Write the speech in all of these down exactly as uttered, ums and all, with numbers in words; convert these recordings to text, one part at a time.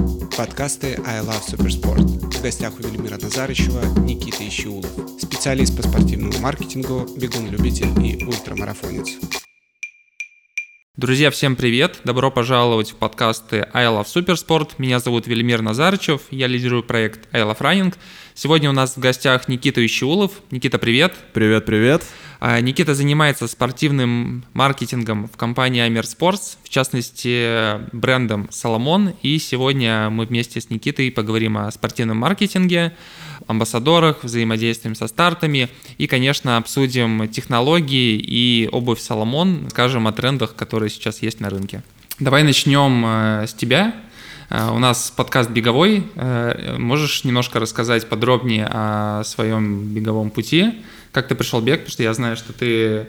Подкасты I Love Supersport. В гостях у Велимира Назарычева Никита Ищеулов, специалист по спортивному маркетингу, бегун-любитель и ультрамарафонец. Друзья, всем привет! Добро пожаловать в подкасты I Love Supersport. Меня зовут Велимир Назарычев, я лидирую проект I Love Running. Сегодня у нас в гостях Никита Ищеулов. Никита, привет! Привет-привет! Никита занимается спортивным маркетингом в компании Amer Sports, в частности брендом Salomon. И сегодня мы вместе с Никитой поговорим о спортивном маркетинге, амбассадорах, взаимодействием со стартами и, конечно, обсудим технологии и обувь Salomon, скажем о трендах, которые сейчас есть на рынке. Давай начнем с тебя. У нас подкаст беговой. Можешь немножко рассказать подробнее о своем беговом пути? Как ты пришел в бег? Потому что я знаю, что ты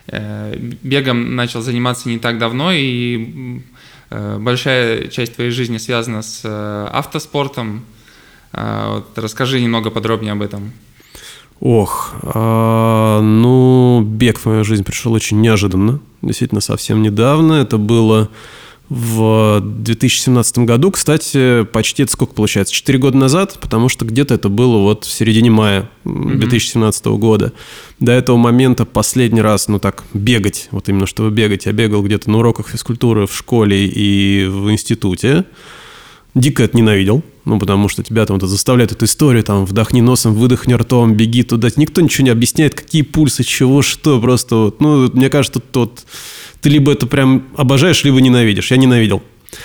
бегом начал заниматься не так давно, и большая часть твоей жизни связана с автоспортом. Вот, расскажи немного подробнее об этом. Ох, а, ну, бег в мою жизнь пришел очень неожиданно, действительно совсем недавно. Это было в две тысячи семнадцатом году, кстати, почти это сколько получается? четыре года назад, потому что где-то это было вот в середине мая две тысячи семнадцатого года. До этого момента последний раз, ну так, бегать, вот именно чтобы бегать, я бегал где-то на уроках физкультуры в школе и в институте. Дико это ненавидел, ну, потому что тебя там вот заставляют эту историю, там, вдохни носом, выдохни ртом, беги туда. Никто ничего не объясняет, какие пульсы, чего, что, просто вот, ну, мне кажется, тут вот, ты либо это прям обожаешь, либо ненавидишь. Я ненавидел.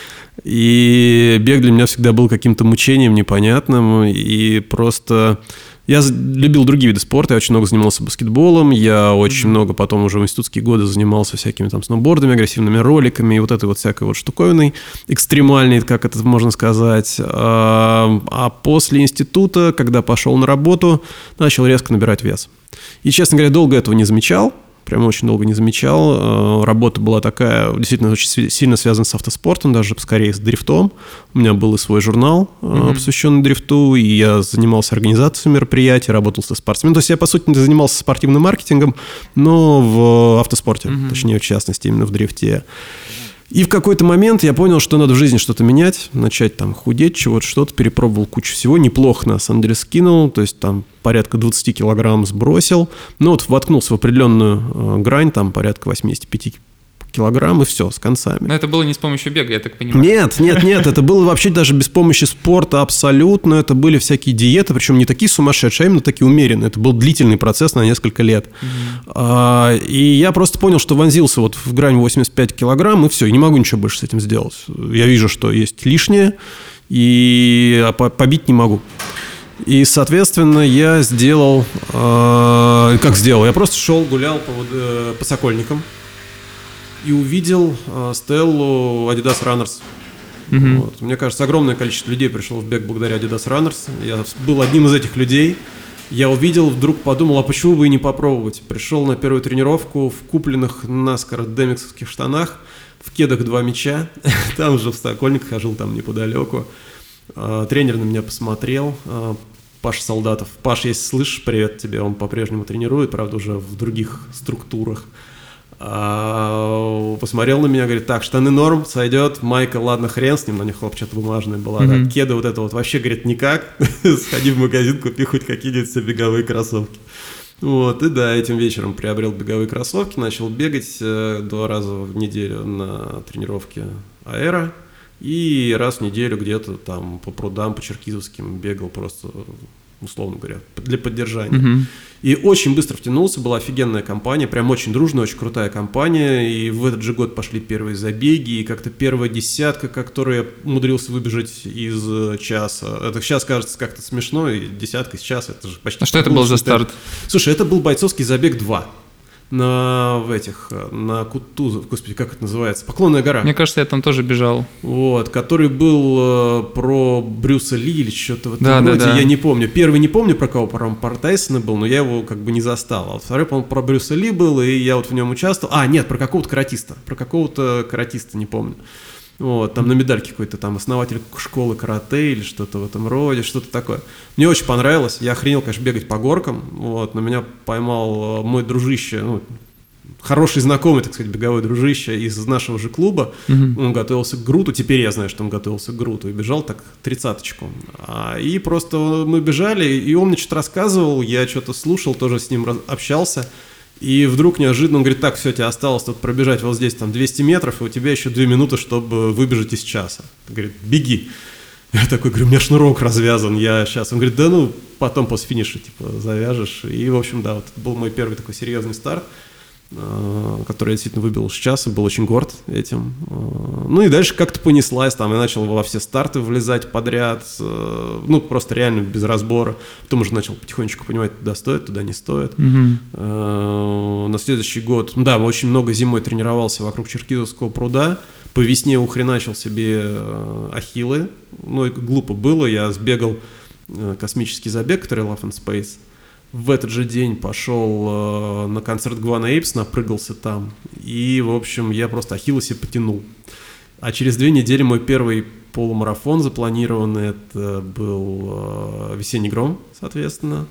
И бег для меня всегда был каким-то мучением непонятным, и просто... Я любил другие виды спорта, я очень много занимался баскетболом, я очень mm-hmm. много потом уже в институтские годы занимался всякими там сноубордами, агрессивными роликами и вот этой вот всякой вот штуковиной экстремальной, как это можно сказать. А, а после института, когда пошел на работу, начал резко набирать вес. И, честно говоря, долго этого не замечал. Прям очень долго не замечал. Работа была такая, действительно, очень сильно связана с автоспортом, даже скорее с дрифтом. У меня был и свой журнал, mm-hmm. посвященный дрифту, и я занимался организацией мероприятий, работал со спортсменами. То есть я, по сути, занимался спортивным маркетингом, но в автоспорте, mm-hmm. точнее, в частности, именно в дрифте. И в какой-то момент я понял, что надо в жизни что-то менять, начать там худеть, чего-то, что-то, перепробовал кучу всего, неплохо на самом деле скинул, то есть там порядка двадцать килограмм сбросил, но вот воткнулся в определенную э, грань, там порядка восемьдесят пять килограмм, и все, с концами. Но это было не с помощью бега, я так понимаю. Нет, нет, нет, это было вообще даже без помощи спорта абсолютно, это были всякие диеты, причем не такие сумасшедшие, а именно такие умеренные, это был длительный процесс на несколько лет. Mm-hmm. А, и я просто понял, что вонзился вот в грань восемьдесят пять килограмм, и все, и не могу ничего больше с этим сделать. Я вижу, что есть лишнее, и побить не могу. И, соответственно, я сделал... Э, как сделал? Я просто шел, гулял по, э, по Сокольникам и увидел э, стеллу Adidas Runners. Mm-hmm. Вот. Мне кажется, огромное количество людей пришло в бег благодаря Adidas Runners. Я был одним из этих людей. Я увидел, вдруг подумал, а почему бы и не попробовать? Пришел на первую тренировку в купленных наскоро демиксовских штанах, в кедах два мяча. Там же в Сокольниках хожу, там неподалеку. Тренер на меня посмотрел, Паша Солдатов. Паш, если слышишь, привет тебе, он по-прежнему тренирует, правда, уже в других структурах. Посмотрел на меня, говорит, так, штаны норм, сойдет, майка, ладно, хрен с ним, на них хлопчатобумажная была, mm-hmm. да, кеды вот это вот вообще, говорит, никак, сходи в магазин, купи хоть какие-нибудь себе беговые кроссовки. Вот, и да, этим вечером приобрел беговые кроссовки, начал бегать два раза в неделю на тренировке аэро. И раз в неделю где-то там по прудам, по черкизовским бегал просто, условно говоря, для поддержания. Uh-huh. И очень быстро втянулся, была офигенная компания, прям очень дружная, очень крутая компания. И в этот же год пошли первые забеги, и как-то первая десятка, которую я умудрился выбежать из часа. Это сейчас кажется как-то смешно, и десятка из часа, это же почти... А что это был за старт? Слушай, это был бойцовский забег два. На в этих, на Кутузов, господи, как это называется? Поклонная гора. Мне кажется, я там тоже бежал. Вот, который был э, про Брюса Ли или что-то в этом да, роде, да, да. Я не помню. Первый не помню, про кого, про Пар Тайсона был, но я его как бы не застал. А второй, по-моему, про Брюса Ли был, и я вот в нем участвовал. А, нет, про какого-то каратиста. Про какого-то каратиста, не помню. Вот, там на медальке какой-то там основатель школы карате или что-то в этом роде, что-то такое. Мне очень понравилось. Я охренел, конечно, бегать по горкам. Вот, на меня поймал мой дружище, ну, хороший знакомый, так сказать, беговой дружище из нашего же клуба, mm-hmm. он готовился к Груту, теперь я знаю, что он готовился к Груту, и бежал так тридцаточку. А, и просто мы бежали, и он мне что-то рассказывал, я что-то слушал, тоже с ним общался, и вдруг неожиданно он говорит: так, все, тебе осталось тут пробежать вот здесь там двести метров, и у тебя еще две минуты, чтобы выбежать из часа. Он говорит: беги. Я такой говорю: у меня шнурок развязан, я сейчас. Он говорит: да ну, потом после финиша типа завяжешь. И, в общем, да, вот это был мой первый такой серьезный старт, который я действительно выбил с часа, был очень горд этим. Ну и дальше как-то понеслась, там я начал во все старты влезать подряд, ну просто реально без разбора. Потом уже начал потихонечку понимать, туда стоит, туда не стоит. Mm-hmm. На следующий год, да, очень много зимой тренировался вокруг Черкизовского пруда. По весне ухреначил себе ахиллы. Ну, глупо было, я сбегал космический забег, который Love and Space. В этот же день пошел на концерт Гвана Эйпс, напрыгался там. И, в общем, я просто ахиллы себе потянул. А через две недели мой первый полумарафон запланированный, это был «Весенний гром», соответственно.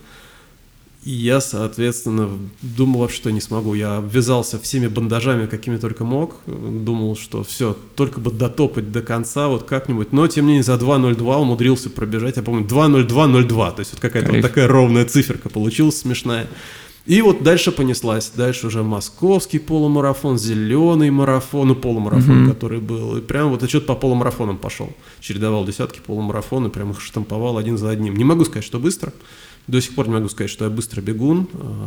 И я, соответственно, думал вообще, что не смогу. Я обвязался всеми бандажами, какими только мог. Думал, что все, только бы дотопать до конца, вот как-нибудь. Но, тем не менее, за два ноль два умудрился пробежать. Я помню, два ноль два ноль два. То есть вот какая-то вот такая ровная циферка получилась смешная. И вот дальше понеслась. Дальше уже московский полумарафон, зеленый марафон, ну, полумарафон, mm-hmm. который был. И прям вот отчет по полумарафонам пошел. Чередовал десятки полумарафон и прям их штамповал один за одним. Не могу сказать, что быстро. До сих пор не могу сказать, что я быстро бегун.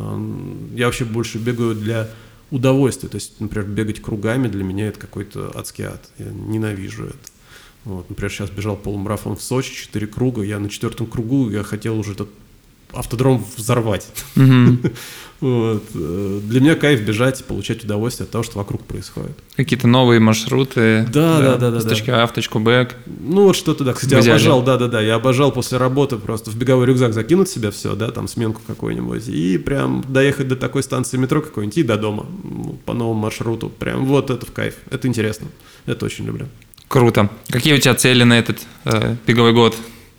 Я вообще больше бегаю для удовольствия. То есть, например, бегать кругами для меня это какой-то адский ад. Я ненавижу это. Вот. Например, сейчас бежал полумарафон в Сочи, четыре круга. Я на четвертом кругу, я хотел уже этот автодром взорвать. Mm-hmm. Вот. Для меня кайф бежать, получать удовольствие от того, что вокруг происходит. Какие-то новые маршруты. Да, да, да, да. С точки А в точку Б. Ну вот что-то, да. Кстати, я обожал, да, да, да. Я обожал после работы просто в беговой рюкзак закинуть себе все, да, там сменку какую-нибудь, и прям доехать до такой станции метро какой-нибудь и до дома по новому маршруту. Прям вот это в кайф. Это интересно. Это очень люблю. Круто. Какие у тебя цели на этот э, беговой год?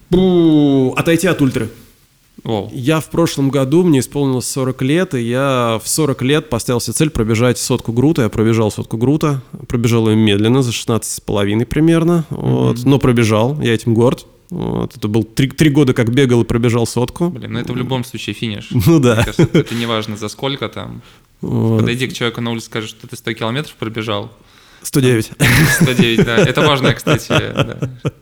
Бу, отойти от ультры. Wow. Я в прошлом году, мне исполнилось сорок лет, и я в сорок лет поставил себе цель пробежать сотку Грута. Я пробежал сотку Грута, пробежал ее медленно, за шестнадцать с половиной примерно, mm-hmm. вот, но пробежал, я этим горд. Вот, это был три, три года, как бегал и пробежал сотку. Блин, ну это в любом случае финиш. Ну да. Мне кажется, это не важно за сколько там. Вот. Подойди к человеку на улице, скажи, что ты сто километров пробежал. сто девять. сто девять, да. Это важно, кстати. Да.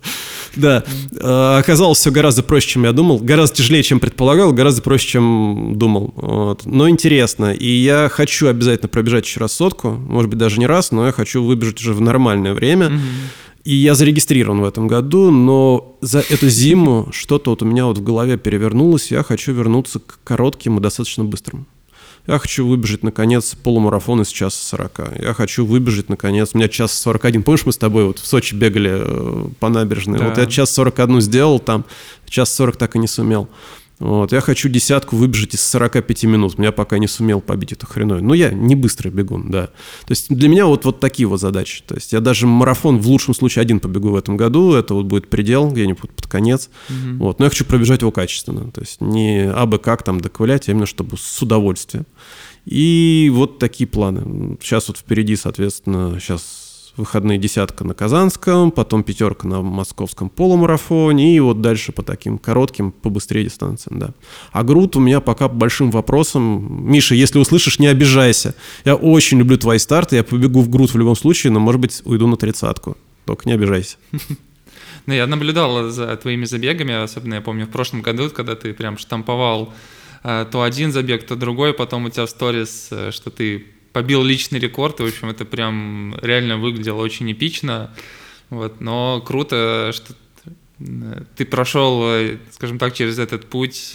Да, оказалось все гораздо проще, чем я думал, гораздо тяжелее, чем предполагал, гораздо проще, чем думал, вот. Но интересно, и я хочу обязательно пробежать еще раз сотку, может быть, даже не раз, но я хочу выбежать уже в нормальное время, mm-hmm. и я зарегистрирован в этом году, но за эту зиму что-то вот у меня вот в голове перевернулось, я хочу вернуться к коротким и достаточно быстрым. Я хочу выбежать, наконец, полумарафон из часа сорока. Я хочу выбежать, наконец, у меня час сорок один. Помнишь, мы с тобой вот в Сочи бегали э, по набережной? Да. Вот я час сорок один сделал там, час сорок так и не сумел. Вот. Я хочу десятку выбежать из сорока пяти минут. Я пока не сумел побить эту хреновину. Но я не быстрый бегун, да. То есть для меня вот, вот такие вот задачи. То есть я даже марафон в лучшем случае один побегу в этом году. Это вот будет предел, где-нибудь под конец. Mm-hmm. Вот. Но я хочу пробежать его качественно. То есть не абы как там доковылять, а именно чтобы с удовольствием. И вот такие планы. Сейчас вот впереди, соответственно, сейчас... выходные десятка на Казанском, потом пятерка на московском полумарафоне, и вот дальше по таким коротким, побыстрее дистанциям, да. А Грут у меня пока по большим вопросам. Миша, если услышишь, не обижайся. Я очень люблю твои старты, я побегу в Грут в любом случае, но, может быть, уйду на тридцатку. Только не обижайся. Ну, я наблюдал за твоими забегами, особенно я помню в прошлом году, когда ты прям штамповал то один забег, то другой, потом у тебя в сторис, что ты побил личный рекорд, и, в общем, это прям реально выглядело очень эпично, вот, но круто, что ты прошел, скажем так, через этот путь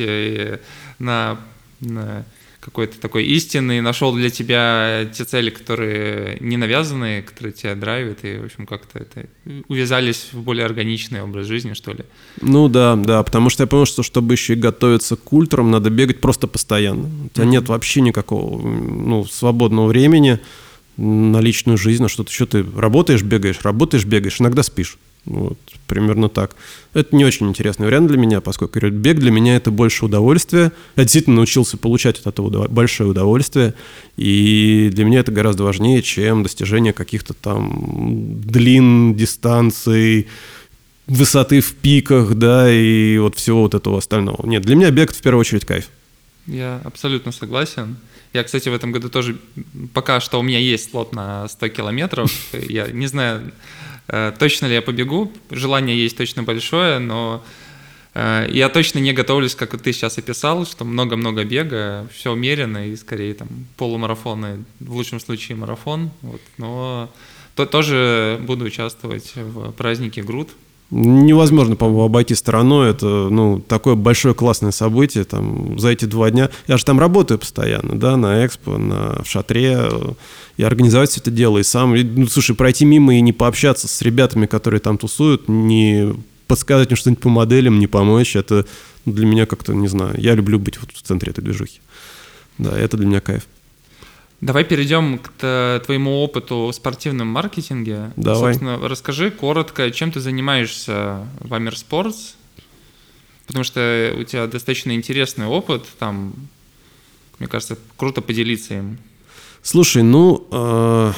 на, на какой-то такой истинный, нашел для тебя те цели, которые не навязаны, которые тебя драйвят, и, в общем, как-то это увязались в более органичный образ жизни, что ли. Ну да, да, потому что я понял, что чтобы еще и готовиться к ультрам, надо бегать просто постоянно. У тебя mm-hmm. нет вообще никакого, ну, свободного времени на личную жизнь, на что-то, что ты работаешь, бегаешь, работаешь, бегаешь, иногда спишь. Вот, примерно так. Это не очень интересный вариант для меня, поскольку бег для меня это больше удовольствие. Я действительно научился получать от этого большое удовольствие, и для меня это гораздо важнее, чем достижение каких-то там длин, дистанций, высоты в пиках, да, и вот всего вот этого остального. Нет, для меня бег — это в первую очередь кайф. Я абсолютно согласен. Я, кстати, в этом году тоже, пока что у меня есть слот на сто километров, я не знаю, точно ли я побегу, желание есть точно большое, но я точно не готовлюсь, как ты сейчас описал, что много-много бега, все умеренно и скорее там полумарафон, и в лучшем случае марафон, вот, но то, тоже буду участвовать в празднике Груд. Невозможно, по-моему, обойти стороной. Это, ну, такое большое классное событие. Там, за эти два дня... Я же там работаю постоянно, да, на Экспо, на, в Шатре. И организовать все это дело. И сам... Ну, слушай, пройти мимо и не пообщаться с ребятами, которые там тусуют, не подсказать им что-нибудь по моделям, не помочь. Это для меня как-то, не знаю, я люблю быть вот в центре этой движухи. Да, это для меня кайф. Давай перейдем к твоему опыту в спортивном маркетинге. Давай. Собственно, расскажи коротко, чем ты занимаешься в Amer Sports, потому что у тебя достаточно интересный опыт, там, мне кажется, круто поделиться им. Слушай, ну, э,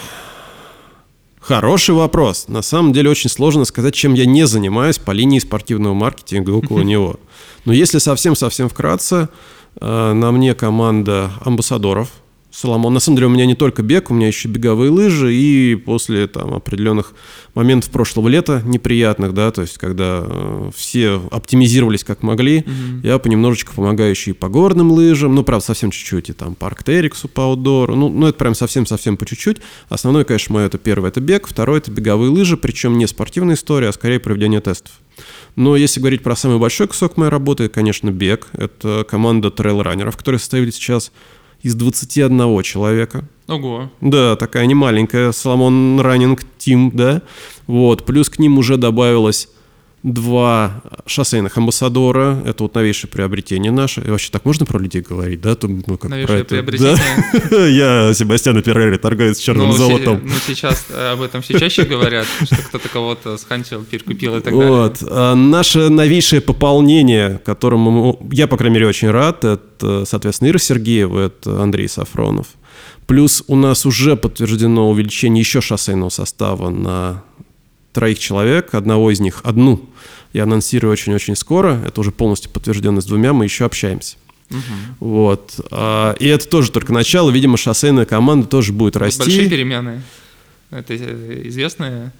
хороший вопрос. На самом деле очень сложно сказать, чем я не занимаюсь по линии спортивного маркетинга около него. Но если совсем-совсем вкратце, э, на мне команда амбассадоров. Соломон. На самом деле у меня не только бег, у меня еще беговые лыжи, и после там определенных моментов прошлого лета неприятных, да, то есть когда э, все оптимизировались как могли, mm-hmm. я понемножечку помогаю еще и по горным лыжам, ну, правда, совсем чуть-чуть, и там парк Териксу по аутдору, ну, ну, это прям совсем-совсем по чуть-чуть. Основное, конечно, мое это первое, это бег, второе, это беговые лыжи, причем не спортивная история, а скорее проведение тестов. Но если говорить про самый большой кусок моей работы, конечно, бег. Это команда трейл-раннеров, которая состоит сейчас из двадцати одного человека. Ого. Да, такая немаленькая Соломон Раннинг Тим, да. Вот. Плюс к ним уже добавилось два шоссейных амбассадора. Это вот новейшее приобретение наше. И вообще так можно про людей говорить, да? Ну, как новейшее про это, приобретение? Да? Я Себастьян Перерри, торговец черным ну, золотом. Ну, сейчас об этом все чаще говорят, что кто-то кого-то схантил, перекупил и так вот. далее. А наше новейшее пополнение, которому я, по крайней мере, очень рад, это, соответственно, Ира Сергеева, это Андрей Сафронов. Плюс у нас уже подтверждено увеличение еще шоссейного состава на троих человек, одного из них, одну, я анонсирую очень-очень скоро, это уже полностью подтверждено с двумя, мы еще общаемся. Uh-huh. Вот. И это тоже только начало, видимо, шоссейная команда тоже будет это расти. Большие перемены, это известное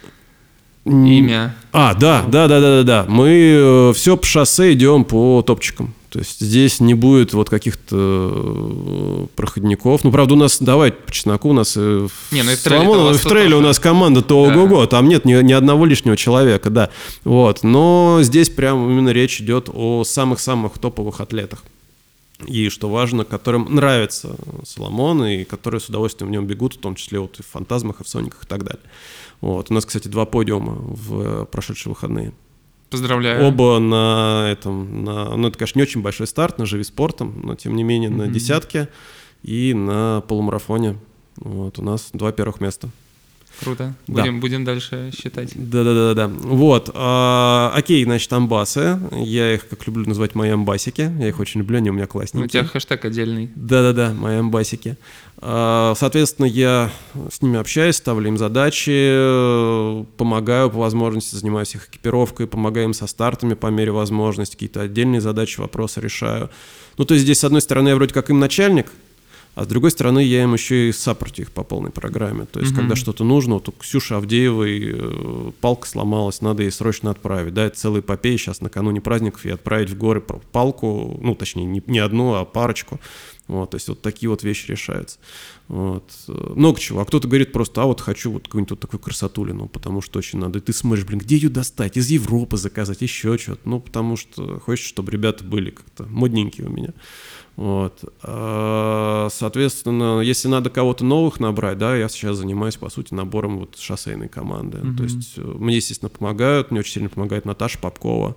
имя. А, да, да, да, да, да, да. Мы все по шоссе идем по топчикам. То есть здесь не будет вот каких-то проходников. Ну, правда, у нас, давай по чесноку, у нас не, ну, в, Соломонове, в трейле у нас команда-то ого-го, да. Там нет ни, ни одного лишнего человека, да. Вот. Но здесь прям именно речь идет о самых-самых топовых атлетах. И, что важно, которым нравится Соломон, и которые с удовольствием в нем бегут, в том числе вот и в фантазмах, и в сониках и так далее. Вот. У нас, кстати, два подиума в прошедшие выходные. Поздравляю. Оба на этом, на, ну это, конечно, не очень большой старт, на Живи спортом, но тем не менее mm-hmm. на десятке и на полумарафоне. Вот, у нас два первых места. Круто. Да. Будем, будем дальше считать. Да-да-да. Вот. А, окей, значит, амбасы. Я их, как люблю называть, мои амбасики. Я их очень люблю, они у меня классненькие. У тебя хэштег отдельный. Да-да-да, мои амбасики. А, соответственно, я с ними общаюсь, ставлю им задачи, помогаю по возможности, занимаюсь их экипировкой, помогаю им со стартами по мере возможности, какие-то отдельные задачи, вопросы решаю. Ну, то есть здесь, с одной стороны, я вроде как им начальник, а с другой стороны, я им еще и саппортю их по полной программе. То есть, mm-hmm. когда что-то нужно, вот у Ксюши Авдеевой э, палка сломалась, надо ей срочно отправить. Да, это целая эпопея сейчас накануне праздников, и отправить в горы палку, ну, точнее, не, не одну, а парочку. Вот, то есть, вот такие вот вещи решаются. Вот. Много чего. А кто-то говорит просто, а вот хочу вот какую-нибудь вот такую красотулину, потому что очень надо. И ты смотришь, блин, где ее достать? Из Европы заказать, еще что-то. Ну, потому что хочешь, чтобы ребята были как-то модненькие у меня. Вот. Соответственно, если надо кого-то новых набрать, да, я сейчас занимаюсь, по сути, набором вот шоссейной команды. Mm-hmm. То есть мне, естественно, помогают, мне очень сильно помогает Наташа Попкова.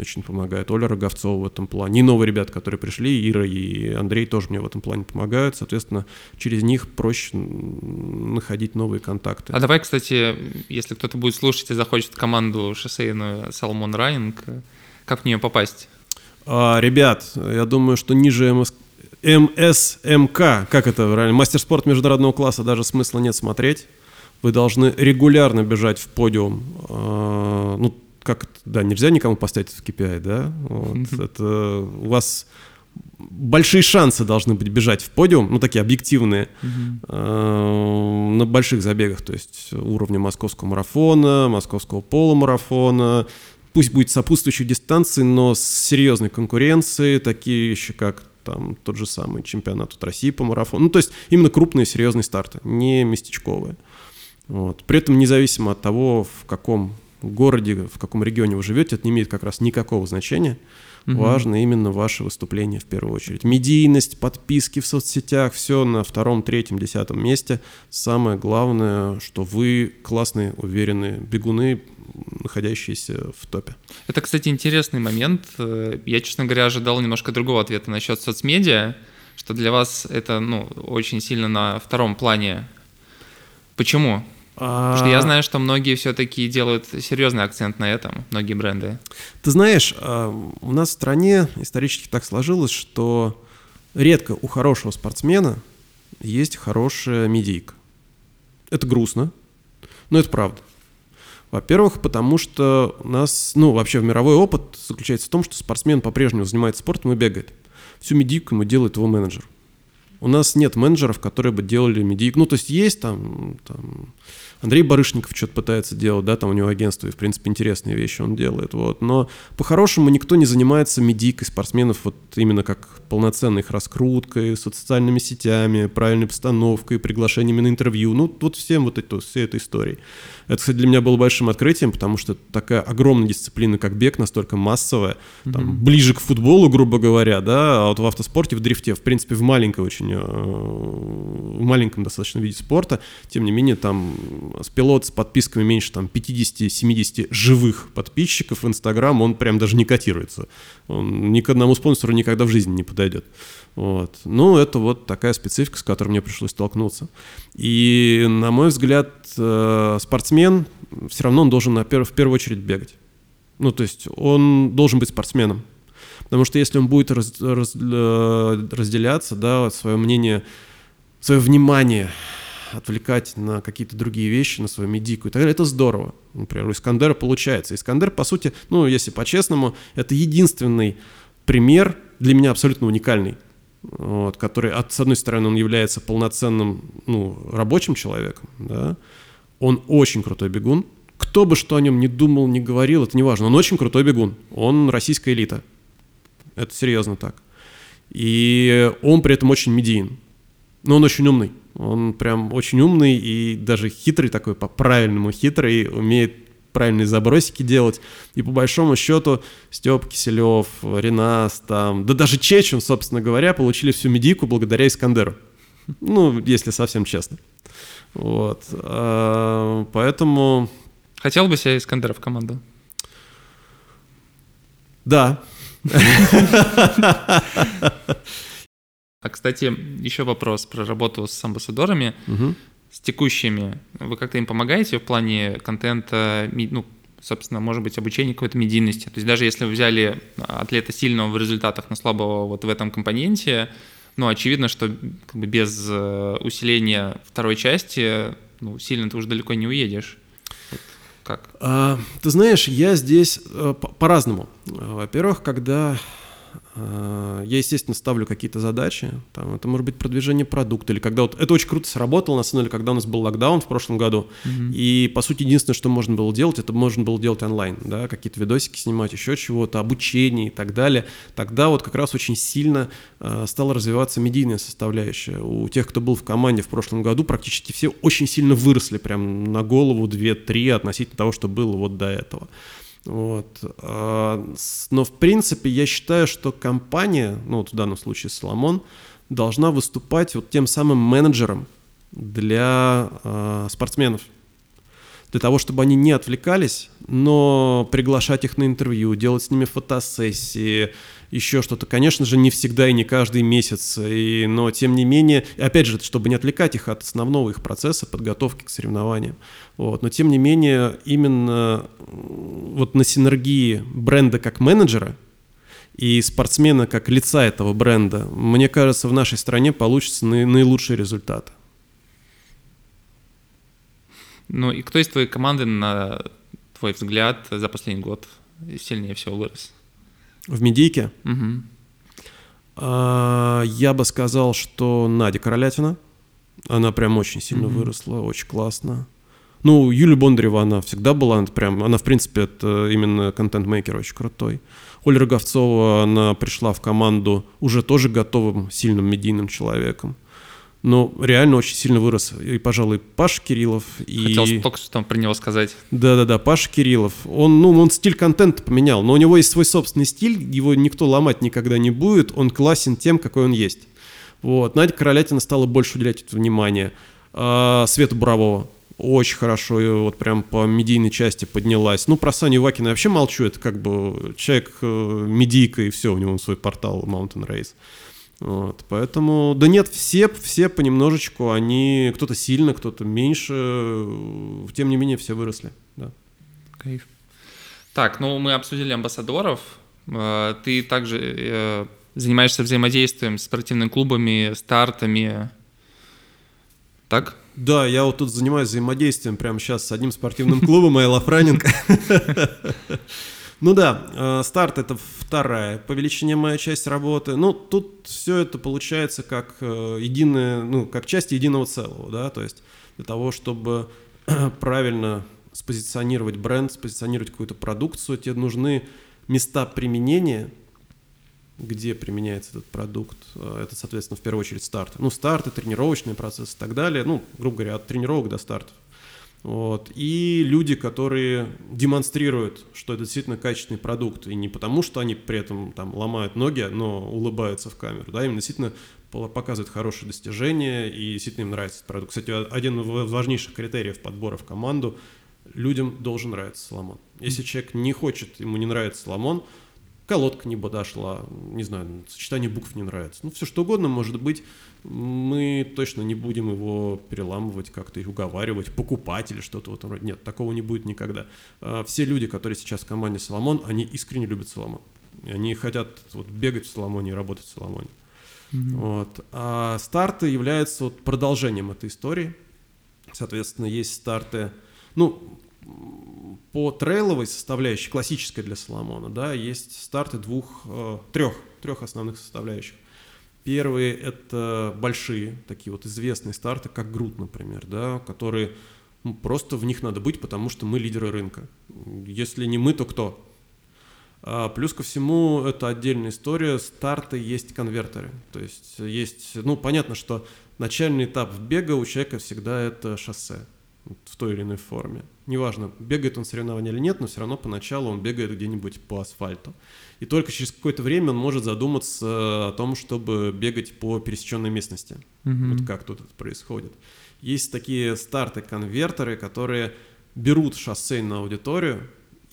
очень помогает. Оля Роговцова в этом плане. И новые ребята, которые пришли, Ира и Андрей тоже мне в этом плане помогают. Соответственно, через них проще находить новые контакты. А давай, кстати, если кто-то будет слушать и захочет команду шоссейную Salomon Running, как в нее попасть? А, ребят, я думаю, что ниже МС... эм эс эм ка, как это правильно, мастер спорт международного класса, даже смысла нет смотреть. Вы должны регулярно бежать в подиум. А, ну, как это, да, нельзя никому поставить в кей пи ай, да? Вот, mm-hmm. Это у вас большие шансы должны быть бежать в подиум, ну, такие объективные, mm-hmm. а, на больших забегах, то есть уровня московского марафона, московского полумарафона. Пусть будет сопутствующих дистанций, но с серьезной конкуренцией, такие еще как там тот же самый чемпионат от России по марафону. Ну, то есть именно крупные серьезные старты, не местечковые. Вот. При этом независимо от того, в каком городе, в каком регионе вы живете, это не имеет как раз никакого значения. Угу. Важно именно ваше выступление в первую очередь. Медийность, подписки в соцсетях, все на втором, третьем, десятом месте. Самое главное, что вы классные, уверенные бегуны, находящиеся в топе. Это, кстати, интересный момент. Я, честно говоря, ожидал немножко другого ответа насчет соцмедиа, что для вас это, ну, очень сильно на втором плане. Почему? Потому что я знаю, что многие все-таки делают серьезный акцент на этом, многие бренды. Ты знаешь, у нас в стране исторически так сложилось, что редко у хорошего спортсмена есть хорошая медийка. Это грустно, но это правда. Во-первых, потому что у нас, ну, вообще в мировой опыт заключается в том, что спортсмен по-прежнему занимается спортом и бегает. Всю медийку ему делает его менеджер. У нас нет менеджеров, которые бы делали медийку. Ну, то есть есть там, там Андрей Барышников что-то пытается делать, да, там у него агентство, и, в принципе, интересные вещи он делает, вот. Но по-хорошему никто не занимается медийкой спортсменов вот именно как полноценной их раскруткой, социальными сетями, правильной постановкой, приглашениями на интервью, ну, вот всем вот это, всей этой историей. Это, кстати, для меня было большим открытием, потому что такая огромная дисциплина, как бег, настолько массовая, mm-hmm. там, ближе к футболу, грубо говоря, да, а вот в автоспорте, в дрифте, в принципе, в маленькой очень, в маленьком достаточно виде спорта, тем не менее, там с пилот с подписками меньше там пятьдесят-семьдесят живых подписчиков в Инстаграм, он прям даже не котируется. Он ни к одному спонсору никогда в жизни не подойдет. Вот. Ну, это вот такая специфика, с которой мне пришлось столкнуться. И, на мой взгляд, спортсмен все равно он должен на перв- в первую очередь бегать. Ну, то есть он должен быть спортсменом. Потому что если он будет раз, раз, разделяться, да, свое мнение, свое внимание отвлекать на какие-то другие вещи, на свою медийку и так далее, это здорово. Например, у Искандера получается. Искандер, по сути, ну, если по-честному, это единственный пример для меня абсолютно уникальный, вот, который, от, с одной стороны, он является полноценным, ну, рабочим человеком, да, он очень крутой бегун. Кто бы что о нем ни думал, ни говорил, это не важно. Он очень крутой бегун. Он российская элита. Это серьезно так. И он при этом очень медиен. Но он очень умный. Он прям очень умный и даже хитрый такой, по-правильному хитрый, умеет правильные забросики делать. И по большому счету Степа Киселев, Ренас, там, да даже Чечин, собственно говоря, получили всю медийку благодаря Искандеру. Ну, если совсем честно. Вот. А, поэтому... Хотел бы себе Искандера в команду? Да. А, кстати, еще вопрос про работу с амбассадорами, угу. с текущими. Вы как-то им помогаете в плане контента, ну, собственно, может быть, обучения какой-то медийности? То есть даже если вы взяли атлета сильного в результатах, но слабого вот в этом компоненте, ну, очевидно, что как бы без усиления второй части, ну, сильно ты уже далеко не уедешь. Вот как? А, ты знаешь, я здесь а, по- по-разному. Во-первых, когда... Я, естественно, ставлю какие-то задачи. Там, это может быть продвижение продукта. Или когда вот это очень круто сработало, на самом деле, когда у нас был локдаун в прошлом году. Mm-hmm. И, по сути, единственное, что можно было делать, это можно было делать онлайн. Да? Какие-то видосики снимать, еще чего-то, обучение и так далее. Тогда вот как раз очень сильно э, стала развиваться медийная составляющая. У тех, кто был в команде в прошлом году, практически все очень сильно выросли. Прям на голову две-три относительно того, что было вот до этого. Вот. Но в принципе я считаю, что компания, ну вот в данном случае Salomon, должна выступать вот тем самым менеджером для э, спортсменов. для того, чтобы они не отвлекались, но приглашать их на интервью, делать с ними фотосессии, еще что-то. Конечно же, не всегда и не каждый месяц, и, но тем не менее, опять же, чтобы не отвлекать их от основного их процесса подготовки к соревнованиям. Вот. Но тем не менее, именно вот на синергии бренда как менеджера и спортсмена как лица этого бренда, мне кажется, в нашей стране получится наилучший результат. Ну и кто из твоей команды, на твой взгляд, за последний год сильнее всего вырос? В медийке? Угу. А, я бы сказал, что Надя Королятина. Она прям очень сильно угу. выросла, очень классно. Ну, Юлия Бондарева, она всегда была, она прям, она в принципе это именно контент-мейкер очень крутой. Оля Роговцова, она пришла в команду уже тоже готовым, сильным медийным человеком. Но реально очень сильно вырос. И, пожалуй, Паша Кириллов. И... Хотел только что там про него сказать. Да-да-да, Паша Кириллов. Он, ну, он стиль контента поменял, но у него есть свой собственный стиль, его никто ломать никогда не будет. Он классен тем, какой он есть. Вот. Надя Королятина стала больше уделять это внимание. А, Света Бурового очень хорошо, и вот прям по медийной части поднялась. Ну, про Саню Ивакина я вообще молчу. Это как бы человек медийка, и все, у него свой портал Mountain Race. Вот, поэтому, да нет, все, все понемножечку, они, кто-то сильно, кто-то меньше, тем не менее все выросли, да. Кайф. Так, ну мы обсудили амбассадоров, ты также занимаешься взаимодействием с спортивными клубами, стартами, так? Да, я вот тут занимаюсь взаимодействием прямо сейчас с одним спортивным клубом, I Love Running. Ну да, старт — это вторая по величине моя часть работы. Ну, тут все это получается как единое, ну, как часть единого целого, да, то есть для того, чтобы правильно спозиционировать бренд, спозиционировать какую-то продукцию, тебе нужны места применения, где применяется этот продукт. Это, соответственно, в первую очередь старт. Ну, старты, тренировочный процесс и так далее. Ну, грубо говоря, от тренировок до стартов. Вот. И люди, которые демонстрируют, что это действительно качественный продукт, и не потому, что они при этом там ломают ноги, но улыбаются в камеру, да, им действительно показывают хорошие достижения, и действительно им нравится этот продукт. Кстати, один из важнейших критериев подбора в команду — людям должен нравиться Соломон. Если человек не хочет, ему не нравится Соломон, колодка не подошла, не знаю, сочетание букв не нравится. Ну, все что угодно может быть, мы точно не будем его переламывать, как-то их уговаривать, покупать или что-то в этом роде. Нет, такого не будет никогда. Все люди, которые сейчас в команде Соломон, они искренне любят Соломон. Они хотят вот бегать в Соломоне и работать в Соломоне. Mm-hmm. Вот. А старты являются вот продолжением этой истории. Соответственно, есть старты, ну, по трейловой составляющей, классической для Соломона, да, есть старты двух, э, трех, трех основных составляющих. Первые — это большие, такие вот известные старты, как Грут, например, да, которые, ну, просто в них надо быть, потому что мы лидеры рынка. Если не мы, то кто? А плюс ко всему, это отдельная история, старты есть конвертеры. То есть есть, ну, понятно, что начальный этап бега у человека всегда это шоссе в той или иной форме. Неважно, бегает он в соревновании или нет, но все равно поначалу он бегает где-нибудь по асфальту. И только через какое-то время он может задуматься о том, чтобы бегать по пересеченной местности. Mm-hmm. Вот как тут это происходит. Есть такие старты-конвертеры, которые берут шоссейную аудиторию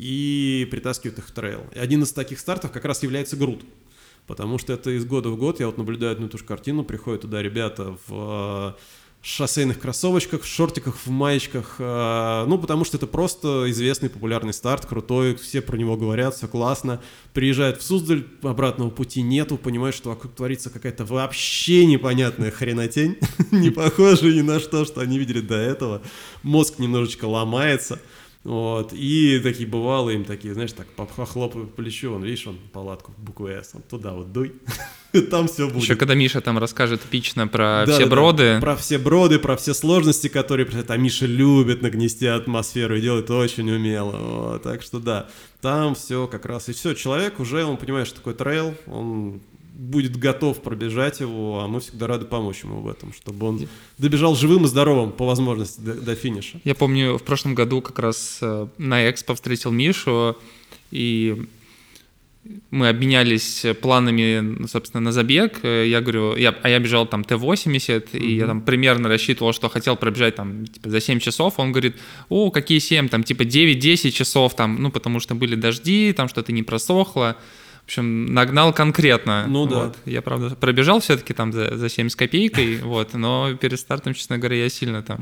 и притаскивают их в трейл. И один из таких стартов как раз является Грут. Потому что это из года в год, я вот наблюдаю одну и ту же картину, приходят туда ребята в шоссейных кроссовочках, в шортиках, в маечках, ну, потому что это просто известный популярный старт, крутой, все про него говорят, все классно. Приезжают в Суздаль, обратного пути нету, понимают, что вокруг творится какая-то вообще непонятная хренотень, не похожая ни на что, что они видели до этого. Мозг немножечко ломается. Вот, и такие бывалые им такие, знаешь, так похлопают по плечу, вон, видишь, он палатку в букву «С», он туда вот дуй, там все будет. Еще когда Миша там расскажет эпично про да, все да, броды. Да, про все броды, про все сложности, которые, а Миша любит нагнести атмосферу и делает очень умело, вот, так что да, там все как раз, и все, человек уже, он понимает, что такое трейл, он будет готов пробежать его, а мы всегда рады помочь ему в этом, чтобы он добежал живым и здоровым по возможности до, до финиша. Я помню, в прошлом году как раз на Экспо встретил Мишу, и мы обменялись планами, собственно, на забег. Я говорю, я, а я бежал там Т восемьдесят, mm-hmm. и я там примерно рассчитывал, что хотел пробежать там типа за семь часов. Он говорит, о, какие семь, там типа девять-десять часов, там, ну, потому что были дожди, там что-то не просохло. В общем, нагнал конкретно. Ну да. Вот. Я, правда, пробежал все-таки там за, за семь с копейкой, вот, но перед стартом, честно говоря, я сильно там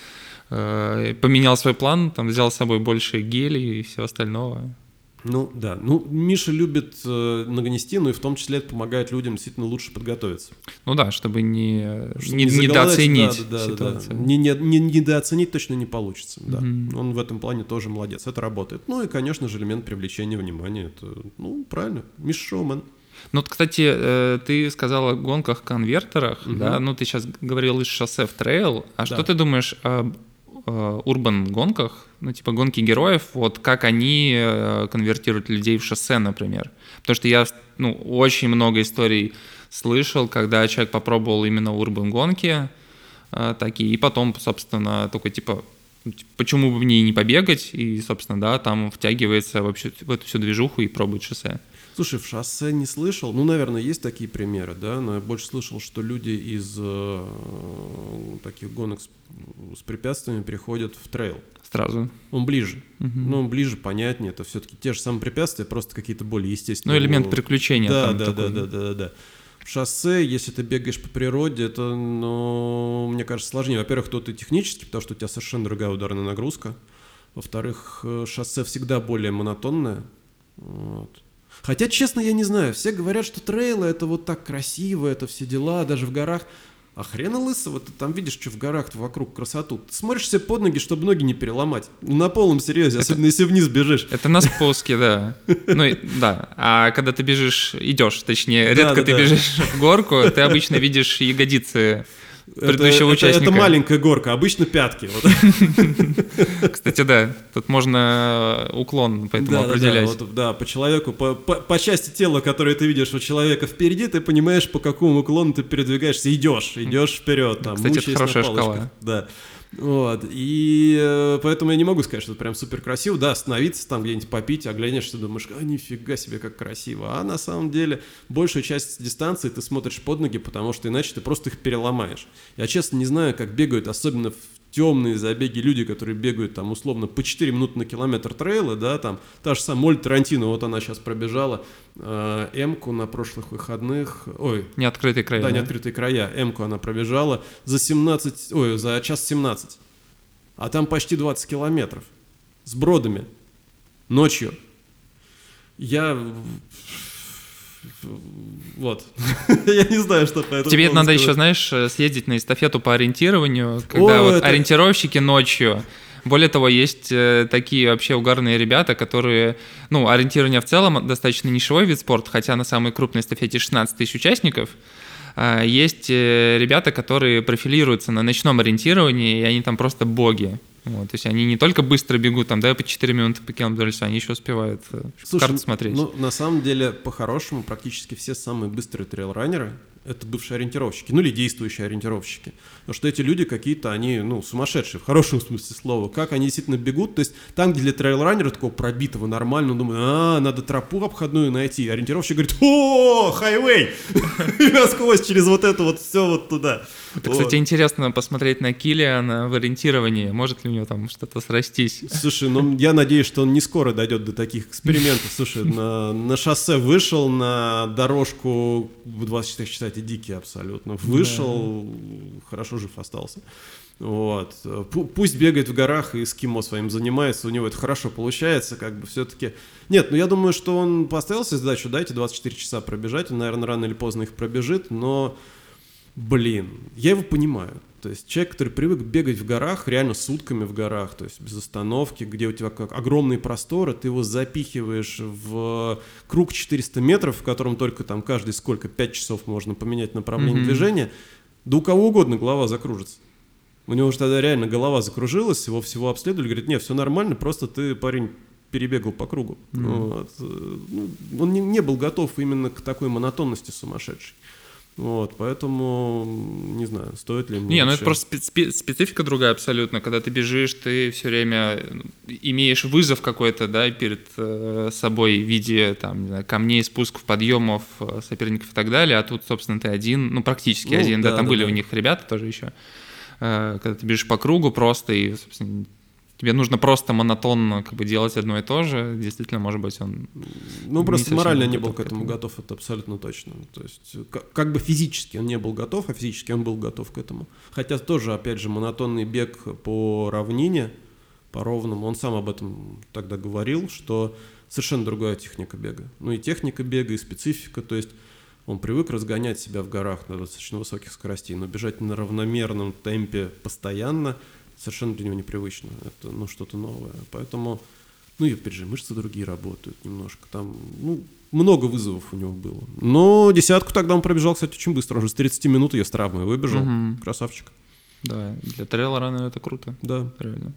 э, поменял свой план, там взял с собой больше гелей и всего остального. Ну да, ну Миша любит э, нагнести, но и в том числе это помогает людям действительно лучше подготовиться. Ну да, чтобы не, чтобы не, не недооценить да, да, ситуацию. Да, да. Не, не, не, недооценить точно не получится. Да. Mm-hmm. Он в этом плане тоже молодец, это работает. Ну и, конечно же, элемент привлечения внимания. Это, ну, правильно, Миша шоумен. Ну вот, кстати, ты сказал о гонках-конвертерах, Mm-hmm. да, ну ты сейчас говорил из шоссе в трейл, а да. Что ты думаешь об урбан-гонках, ну, типа гонки героев, вот как они конвертируют людей в шоссе, например. Потому что я, ну, очень много историй слышал, когда человек попробовал именно урбан-гонки такие, и потом, собственно, такой, типа, почему бы мне не побегать, и, собственно, да, там втягивается вообще в эту всю движуху и пробует шоссе. Слушай, в шоссе не слышал. Ну, наверное, есть такие примеры, да, но я больше слышал, что люди из э, таких гонок с, с препятствиями переходят в трейл. Сразу. Он ближе. Угу. Ну, он ближе, понятнее. Это все-таки те же самые препятствия, просто какие-то более естественные. Ну, элемент приключения. Да, там да, такой. да, да, да, да, да. В шоссе, если ты бегаешь по природе, это, ну, мне кажется, сложнее. Во-первых, тут и технически, потому что у тебя совершенно другая ударная нагрузка. Во-вторых, шоссе всегда более монотонное. Вот. Хотя, честно, я не знаю, все говорят, что трейлы это вот так красиво, это все дела, даже в горах. А хрена лысого, ты там видишь, что в горах вокруг красоту. Ты смотришь себе под ноги, чтобы ноги не переломать. На полном серьезе, это, особенно если вниз бежишь. Это на спуске, да. Ну, да. А когда ты бежишь, идешь, точнее, редко ты бежишь в горку, ты обычно видишь ягодицы предыдущего это, участника. Это, это маленькая горка, обычно пятки. Кстати, да, тут можно уклон по этому да, определять. Да, да, вот, да, по человеку, по, по, по части тела, которую ты видишь у человека впереди, ты понимаешь, по какому уклону ты передвигаешься, идешь, идешь вперед. Там, кстати, это хорошая шкала. Да. Вот, и э, поэтому я не могу сказать, что это прям супер красиво. Да, остановиться там где-нибудь попить, оглянешься, думаешь, а нифига себе, как красиво. А на самом деле большую часть дистанции ты смотришь под ноги, потому что иначе ты просто их переломаешь. Я честно не знаю, как бегают, особенно в темные забеги люди, которые бегают там условно по четыре минуты на километр трейла, да, там та же самая Молли Тарантино, вот она сейчас пробежала э, М-ку на прошлых выходных, ой. Неоткрытые края. Да, да? неоткрытые края, М-ку она пробежала за семнадцать, ой, за час семнадцать, а там почти двадцать километров с бродами, ночью. Я... Вот. Я не знаю, что по этому Тебе надо сказать. еще, знаешь, съездить на эстафету по ориентированию, когда О, вот это... ориентировщики ночью. Более того, есть э, такие вообще угарные ребята, которые, ну, ориентирование в целом достаточно нишевой вид спорта, хотя на самой крупной эстафете шестнадцать тысяч участников. Э, есть э, ребята, которые профилируются на ночном ориентировании, и они там просто боги. Вот, то есть они не только быстро бегут, там, да, по четыре минуты по километру, они еще успевают Слушай, карту смотреть. Ну, на самом деле, по-хорошему, практически все самые быстрые трейл-раннеры — это бывшие ориентировщики, ну или действующие ориентировщики. Потому что эти люди какие-то, они, ну, сумасшедшие, в хорошем смысле слова. Как они действительно бегут, то есть там, где для трейл-раннера такого пробитого, нормально, он думает, а, надо тропу обходную найти. Ориентировщик говорит, о, хайвей! Сквозь через вот это вот все вот туда. Это, кстати, интересно посмотреть на Киллиана в ориентировании. Может ли у него там что-то срастись? Слушай, ну я надеюсь, что он не скоро дойдет до таких экспериментов. Слушай, на, на шоссе вышел, на дорожку в двадцать четыре часа, эти дикие абсолютно. Вышел, да. Хорошо жив остался. Вот. Пусть бегает в горах и эскимо своим занимается, у него это хорошо получается, как бы все-таки. Нет, ну я думаю, что он поставил себе задачу, дайте двадцать четыре часа пробежать, он, наверное, рано или поздно их пробежит, но... Блин, я его понимаю. То есть человек, который привык бегать в горах, реально сутками в горах, то есть без остановки, где у тебя как огромные просторы, ты его запихиваешь в круг четыреста метров, в котором только там каждый сколько, пять часов можно поменять направление mm-hmm. движения, да у кого угодно голова закружится. У него же тогда реально голова закружилась, его всего обследовали, говорит, нет, все нормально, просто ты, парень, перебегал по кругу. Mm-hmm. Вот. Ну, он не, не был готов именно к такой монотонности сумасшедшей. Вот, поэтому не знаю, стоит ли мне. Не, вообще... ну это просто специ- специфика другая абсолютно. Когда ты бежишь, ты все время имеешь вызов какой-то, да, перед э, собой в виде там, не знаю, камней, спусков, подъемов, соперников и так далее. А тут, собственно, ты один, ну практически ну, один. Да, да там да, были да. у них ребята тоже еще. Э, когда ты бежишь по кругу просто и, собственно, тебе нужно просто монотонно как бы делать одно и то же, действительно, может быть, он... Ну, просто морально не был к этому готов, это абсолютно точно. То есть, как, как бы физически он не был готов, а физически он был готов к этому. Хотя тоже, опять же, монотонный бег по равнине, по ровному, он сам об этом тогда говорил, что совершенно другая техника бега. Ну, и техника бега, и специфика, то есть он привык разгонять себя в горах на достаточно высоких скоростей, но бежать на равномерном темпе постоянно совершенно для него непривычно. Это, ну, что-то новое. Поэтому, ну, и опять же, мышцы другие работают немножко. Там, ну, много вызовов у него было. Но десятку тогда он пробежал, кстати, очень быстро. Он же с тридцати минут ее с травмой выбежал. Угу. Красавчик. Да, для трейл-рана это круто. Да. Реально.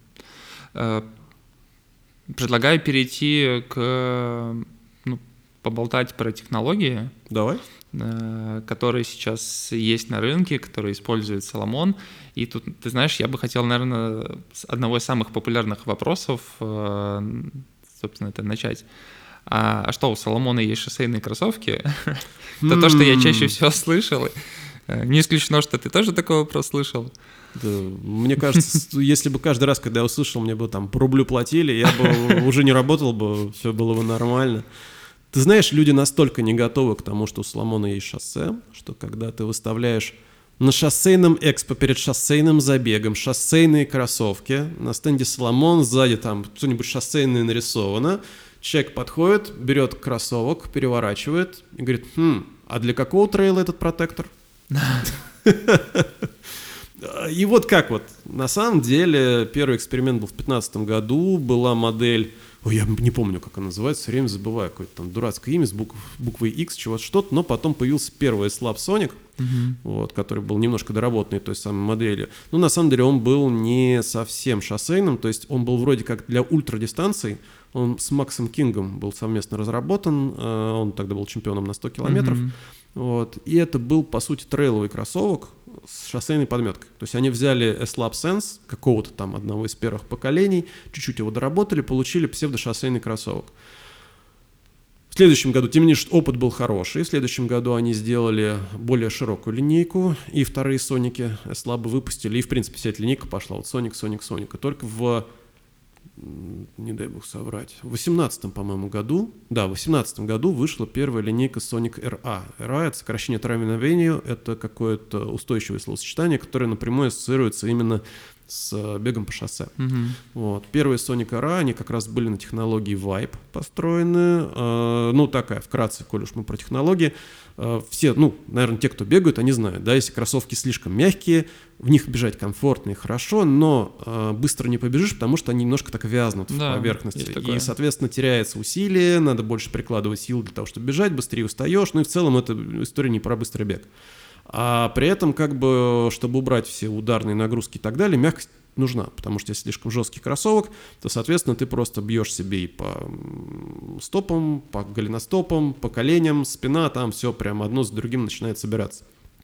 Предлагаю перейти к... Ну, поболтать про технологии. Давай. Которые сейчас есть на рынке, которые использует Salomon. И тут, ты знаешь, я бы хотел, наверное, с одного из самых популярных вопросов, собственно, это начать. А, а что, у Salomon есть шоссейные кроссовки? Это то, что я чаще всего слышал. Не исключено, что ты тоже такой вопрос слышал. Да, мне кажется, если бы каждый раз, когда я услышал, мне бы там по рублю платили, я бы уже не работал бы, все было бы нормально. Ты знаешь, люди настолько не готовы к тому, что у Salomon есть шоссе, что когда ты выставляешь на шоссейном экспо перед шоссейным забегом шоссейные кроссовки, на стенде Salomon сзади там что-нибудь шоссейное нарисовано, человек подходит, берет кроссовок, переворачивает и говорит: хм, а для какого трейла этот протектор? И вот как вот, на самом деле, первый эксперимент был в две тысячи пятнадцатом году, была модель, ой, я не помню, как она называется, все время забываю, какое-то там дурацкое имя с букв, буквой X, чего-то, что-то, но потом появился первый Slab Sonic, uh-huh. вот, который был немножко доработанный той самой моделью. Но на самом деле он был не совсем шоссейным, то есть он был вроде как для ультрадистанций, он с Максом Кингом был совместно разработан, он тогда был чемпионом на сто километров, uh-huh. вот, и это был, по сути, трейловый кроссовок с шоссейной подметкой. То есть они взяли S-Lab Sense, какого-то там одного из первых поколений, чуть-чуть его доработали, получили псевдошоссейный кроссовок. В следующем году, тем не менее, опыт был хороший. В следующем году они сделали более широкую линейку, и вторые Соники S-Lab выпустили, и, в принципе, вся эта линейка пошла. Вот Sonic, Sonic, Sonic. И только в... не дай бог соврать, в восемнадцатом, по-моему, году, да, в восемнадцатом году вышла первая линейка Sonic эр эй. эр эй — это сокращение Traveling Avenue, это какое-то устойчивое словосочетание, которое напрямую ассоциируется именно с бегом по шоссе. Mm-hmm. Вот. Первые Sonic эр эй, они как раз были на технологии Vibe построены. Э, ну, такая, вкратце, коль уж мы про технологии. Э, все, ну, наверное, те, кто бегают, они знают, да, если кроссовки слишком мягкие, в них бежать комфортно и хорошо, но э, быстро не побежишь, потому что они немножко так вязнут да, в поверхности. И, соответственно, теряется усилие, надо больше прикладывать сил для того, чтобы бежать, быстрее устаешь. Ну и в целом это история не про быстрый бег. А при этом, как бы, чтобы убрать все ударные нагрузки и так далее, мягкость нужна, потому что если слишком жесткий кроссовок, то, соответственно, ты просто бьешь себе и по стопам, по голеностопам, по коленям, спина, там все прям одно с другим начинает собираться.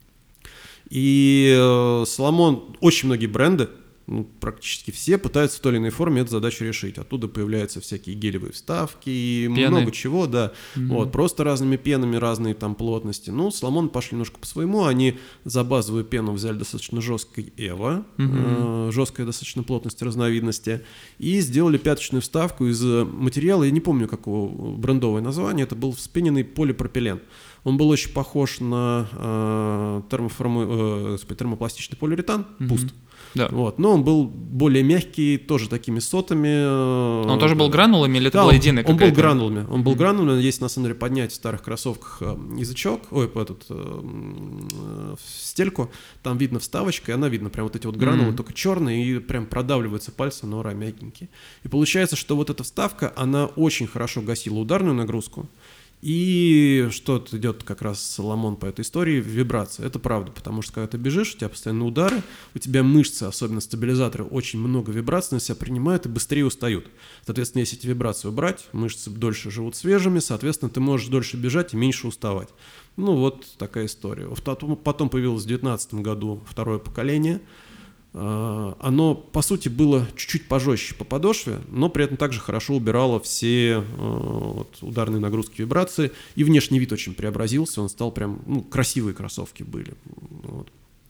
И Salomon, очень многие бренды, ну, практически все пытаются в той или иной форме эту задачу решить. Оттуда появляются всякие гелевые вставки и пены. Много чего, да. Mm-hmm. Вот, просто разными пенами, разные там плотности. Ну, Salomon пошли немножко по своему. Они за базовую пену взяли достаточно жесткой Evo, mm-hmm. э, жесткая достаточно плотность разновидности, и сделали пяточную вставку из материала, я не помню, какого брендовое название, это был вспененный полипропилен. Он был очень похож на э, термоформу, э, термопластичный полиуретан, mm-hmm. пуст. Да. Вот. Но он был более мягкий, тоже такими сотами. Он тоже был гранулами или это да, была единая он, какая-то? Он был гранулами. Он был mm-hmm. гранулами. Есть, на самом деле, поднять в старых кроссовках язычок, ой, этот, э, стельку, там видно вставочка, и она видно, прям вот эти вот гранулы, mm-hmm. только черные, и прям продавливаются пальцы, но ора мягенькие. И получается, что вот эта вставка, она очень хорошо гасила ударную нагрузку, И что-то идет как раз Соломон по этой истории, вибрация. Это правда, потому что когда ты бежишь, у тебя постоянно удары, у тебя мышцы, особенно стабилизаторы, очень много вибраций на себя принимают и быстрее устают. Соответственно, если эти вибрации убрать, мышцы дольше живут свежими, соответственно, ты можешь дольше бежать и меньше уставать. Ну, вот такая история. Потом появилось в две тысячи девятнадцатом году второе поколение. Оно, по сути, было чуть-чуть пожестче по подошве, но при этом также хорошо убирало все вот, ударные нагрузки, вибрации. И внешний вид очень преобразился, он стал прям, ну, красивые кроссовки были. Вот.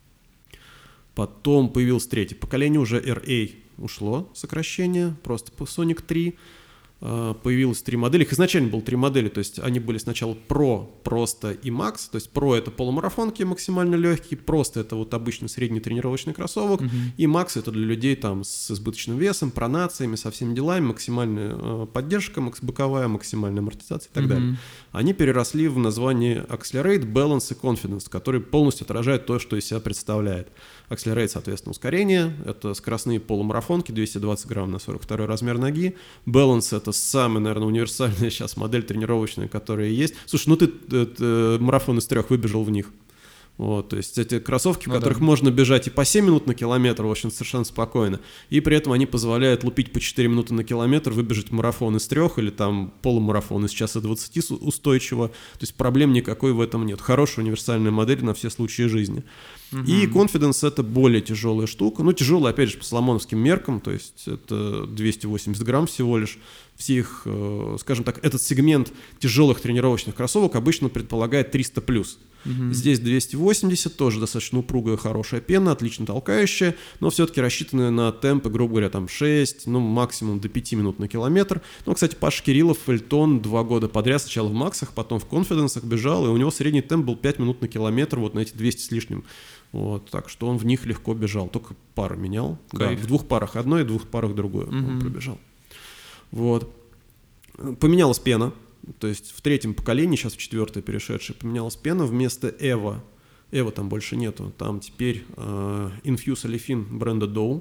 Потом появилось третье поколение, уже эр эй ушло сокращение, просто по Sonic три. Появилось три модели, их изначально было три модели, то есть они были сначала Pro, Просто и Max, то есть Pro это полумарафонки максимально легкие, Просто это вот обычный средний тренировочный кроссовок, uh-huh. и Max это для людей там с избыточным весом, пронациями, со всеми делами, максимальная э, поддержка, макс- боковая, максимальная амортизация и так uh-huh. далее. Они переросли в название Accelerate, Balance и Confidence, который полностью отражает то, что из себя представляет. Accelerate, соответственно, ускорение, это скоростные полумарафонки, двести двадцать грамм на сорок второй размер ноги. Balance — это самая, наверное, универсальная сейчас модель тренировочная, которая есть. Слушай, ну ты, ты, ты марафон из трех выбежал в них. Вот, то есть эти кроссовки, ну, в которых да. можно бежать и по семь минут на километр, в общем, совершенно спокойно. И при этом они позволяют лупить по четыре минуты на километр, выбежать марафон из трех или там полумарафон из часа двадцати устойчиво. То есть проблем никакой в этом нет. Хорошая универсальная модель на все случаи жизни. Угу. И Confidence — это более тяжелая штука. Ну, тяжелая, опять же, по соломоновским меркам, то есть это двести восемьдесят грамм всего лишь. Все их, скажем так, этот сегмент тяжелых тренировочных кроссовок обычно предполагает триста плюс. Угу. Здесь двести восемьдесят, тоже достаточно упругая, хорошая пена, отлично толкающая, но все-таки рассчитанная на темпы, грубо говоря, там шесть, ну, максимум до пяти минут на километр. Ну, кстати, Паша Кириллов, Эльтон, два года подряд, сначала в Максах, потом в Конфиденсах бежал, и у него средний темп был пять минут на километр, вот на эти двести с лишним. Вот, так что он в них легко бежал, только пары менял. Да, в двух парах одно и в двух парах другое угу. он пробежал. Вот. Поменялась пена. То есть в третьем поколении, сейчас в четвертое перешедшее, поменялась пена. Вместо Эва, Эва там больше нету, там теперь э, Infuse Olefin бренда Dow.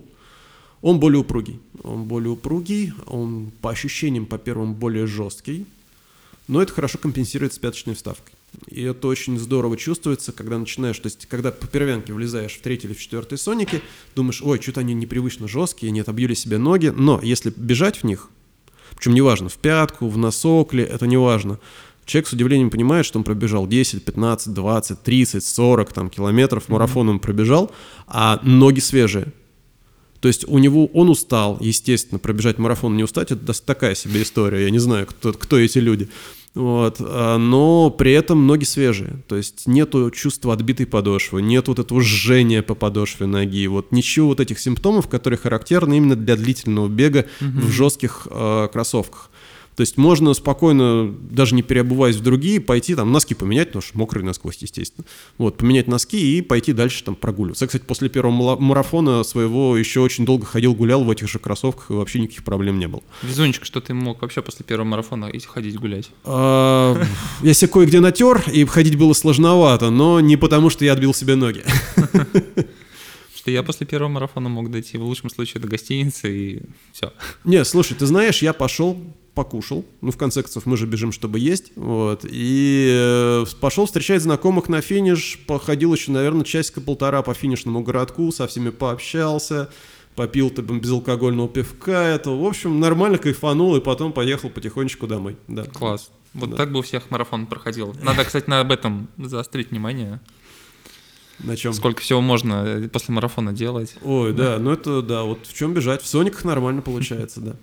Он более упругий. Он более упругий, он по ощущениям, по первым, более жесткий. Но это хорошо компенсирует с пяточной вставкой. И это очень здорово чувствуется, когда начинаешь, то есть когда по первянке влезаешь в третий или в четвертый соники, думаешь, ой, что-то они непривычно жесткие, не отобьюли себе ноги. Но если бежать в них, причем неважно, в пятку, в носок ли, это неважно. Человек с удивлением понимает, что он пробежал десять, пятнадцать, двадцать, тридцать, сорок там, километров, марафоном пробежал, а ноги свежие. То есть у него, он устал, естественно, пробежать марафон не устать, это такая себе история, я не знаю, кто, кто эти люди. Вот, но при этом ноги свежие, то есть нету чувства отбитой подошвы, нет вот этого жжения по подошве ноги, вот ничего вот этих симптомов, которые характерны именно для длительного бега mm-hmm. в жестких э, кроссовках. То есть можно спокойно, даже не переобуваясь в другие, пойти там носки поменять, потому что мокрые насквозь, естественно. Вот, поменять носки и пойти дальше там прогуливаться. Я, кстати, после первого марафона своего еще очень долго ходил, гулял в этих же кроссовках, и вообще никаких проблем не было. Везунчик, что ты мог вообще после первого марафона идти ходить гулять? Я себе кое-где натер, и ходить было сложновато, но не потому, что я отбил себе ноги. Что я после первого марафона мог дойти в лучшем случае до гостиницы и все. Не, слушай, ты знаешь, я пошел... покушал, ну, в конце концов, мы же бежим, чтобы есть, вот, и э, пошел встречать знакомых на финиш, походил еще, наверное, часика-полтора по финишному городку, со всеми пообщался, попил там безалкогольного пивка, это, в общем, нормально кайфанул, и потом поехал потихонечку домой, да. Класс, вот да. Так бы у всех марафон проходил. Надо, кстати, на об этом заострить внимание. На чем? Сколько всего можно после марафона делать. Ой, да, ну это, да, вот в чем бежать, в сониках нормально получается, да.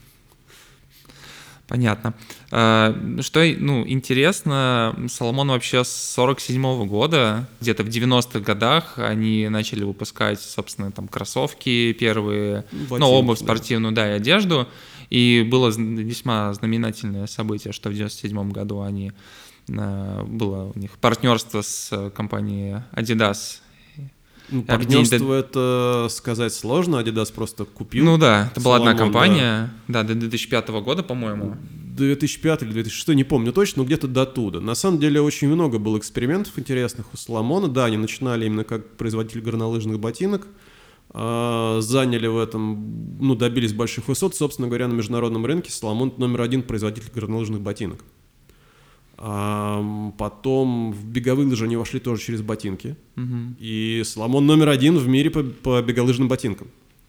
Понятно. Что, ну, интересно, Соломон вообще с сорок седьмого года, где-то в девяностых годах, они начали выпускать, собственно, там кроссовки первые, ботинки, ну, обувь спортивную, да. да, и одежду. И было весьма знаменательное событие, что в девяносто седьмом году они, было у них партнерство с компанией Adidas. Ну, партнерство это сказать сложно, Adidas просто купил. Ну да, это была Соломон, одна компания, да, да, до две тысячи пятого года, по-моему. две тысячи пятый или две тысячи шестой, не помню точно, но где-то до туда. На самом деле очень много было экспериментов интересных у Соломона. Да, они начинали именно как производитель горнолыжных ботинок, заняли в этом, ну, добились больших высот. Собственно говоря, на международном рынке Соломон номер один производитель горнолыжных ботинок. А потом в беговые лыжи они вошли тоже через ботинки. Угу. И Salomon номер один в мире по, по беголыжным ботинкам.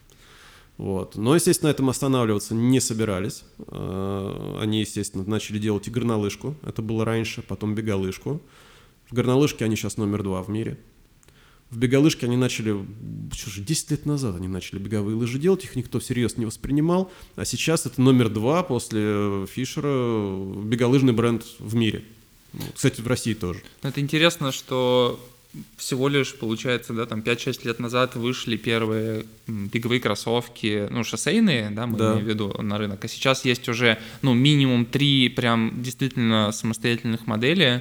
Вот. Но, естественно, на этом останавливаться не собирались. Они, естественно, начали делать и горнолыжку. Это было раньше, потом беголыжку. В горнолыжке они сейчас номер два в мире. В беголыжке они начали, что же, десять лет назад они начали беговые лыжи делать, их никто всерьез не воспринимал, а сейчас это номер два после Фишера беголыжный бренд в мире. Кстати, в России тоже. Это интересно, что всего лишь, получается, да, там пять-шесть лет назад вышли первые беговые кроссовки, ну, шоссейные, да, мы да. имеем в виду на рынок, а сейчас есть уже, ну, минимум три прям действительно самостоятельных модели,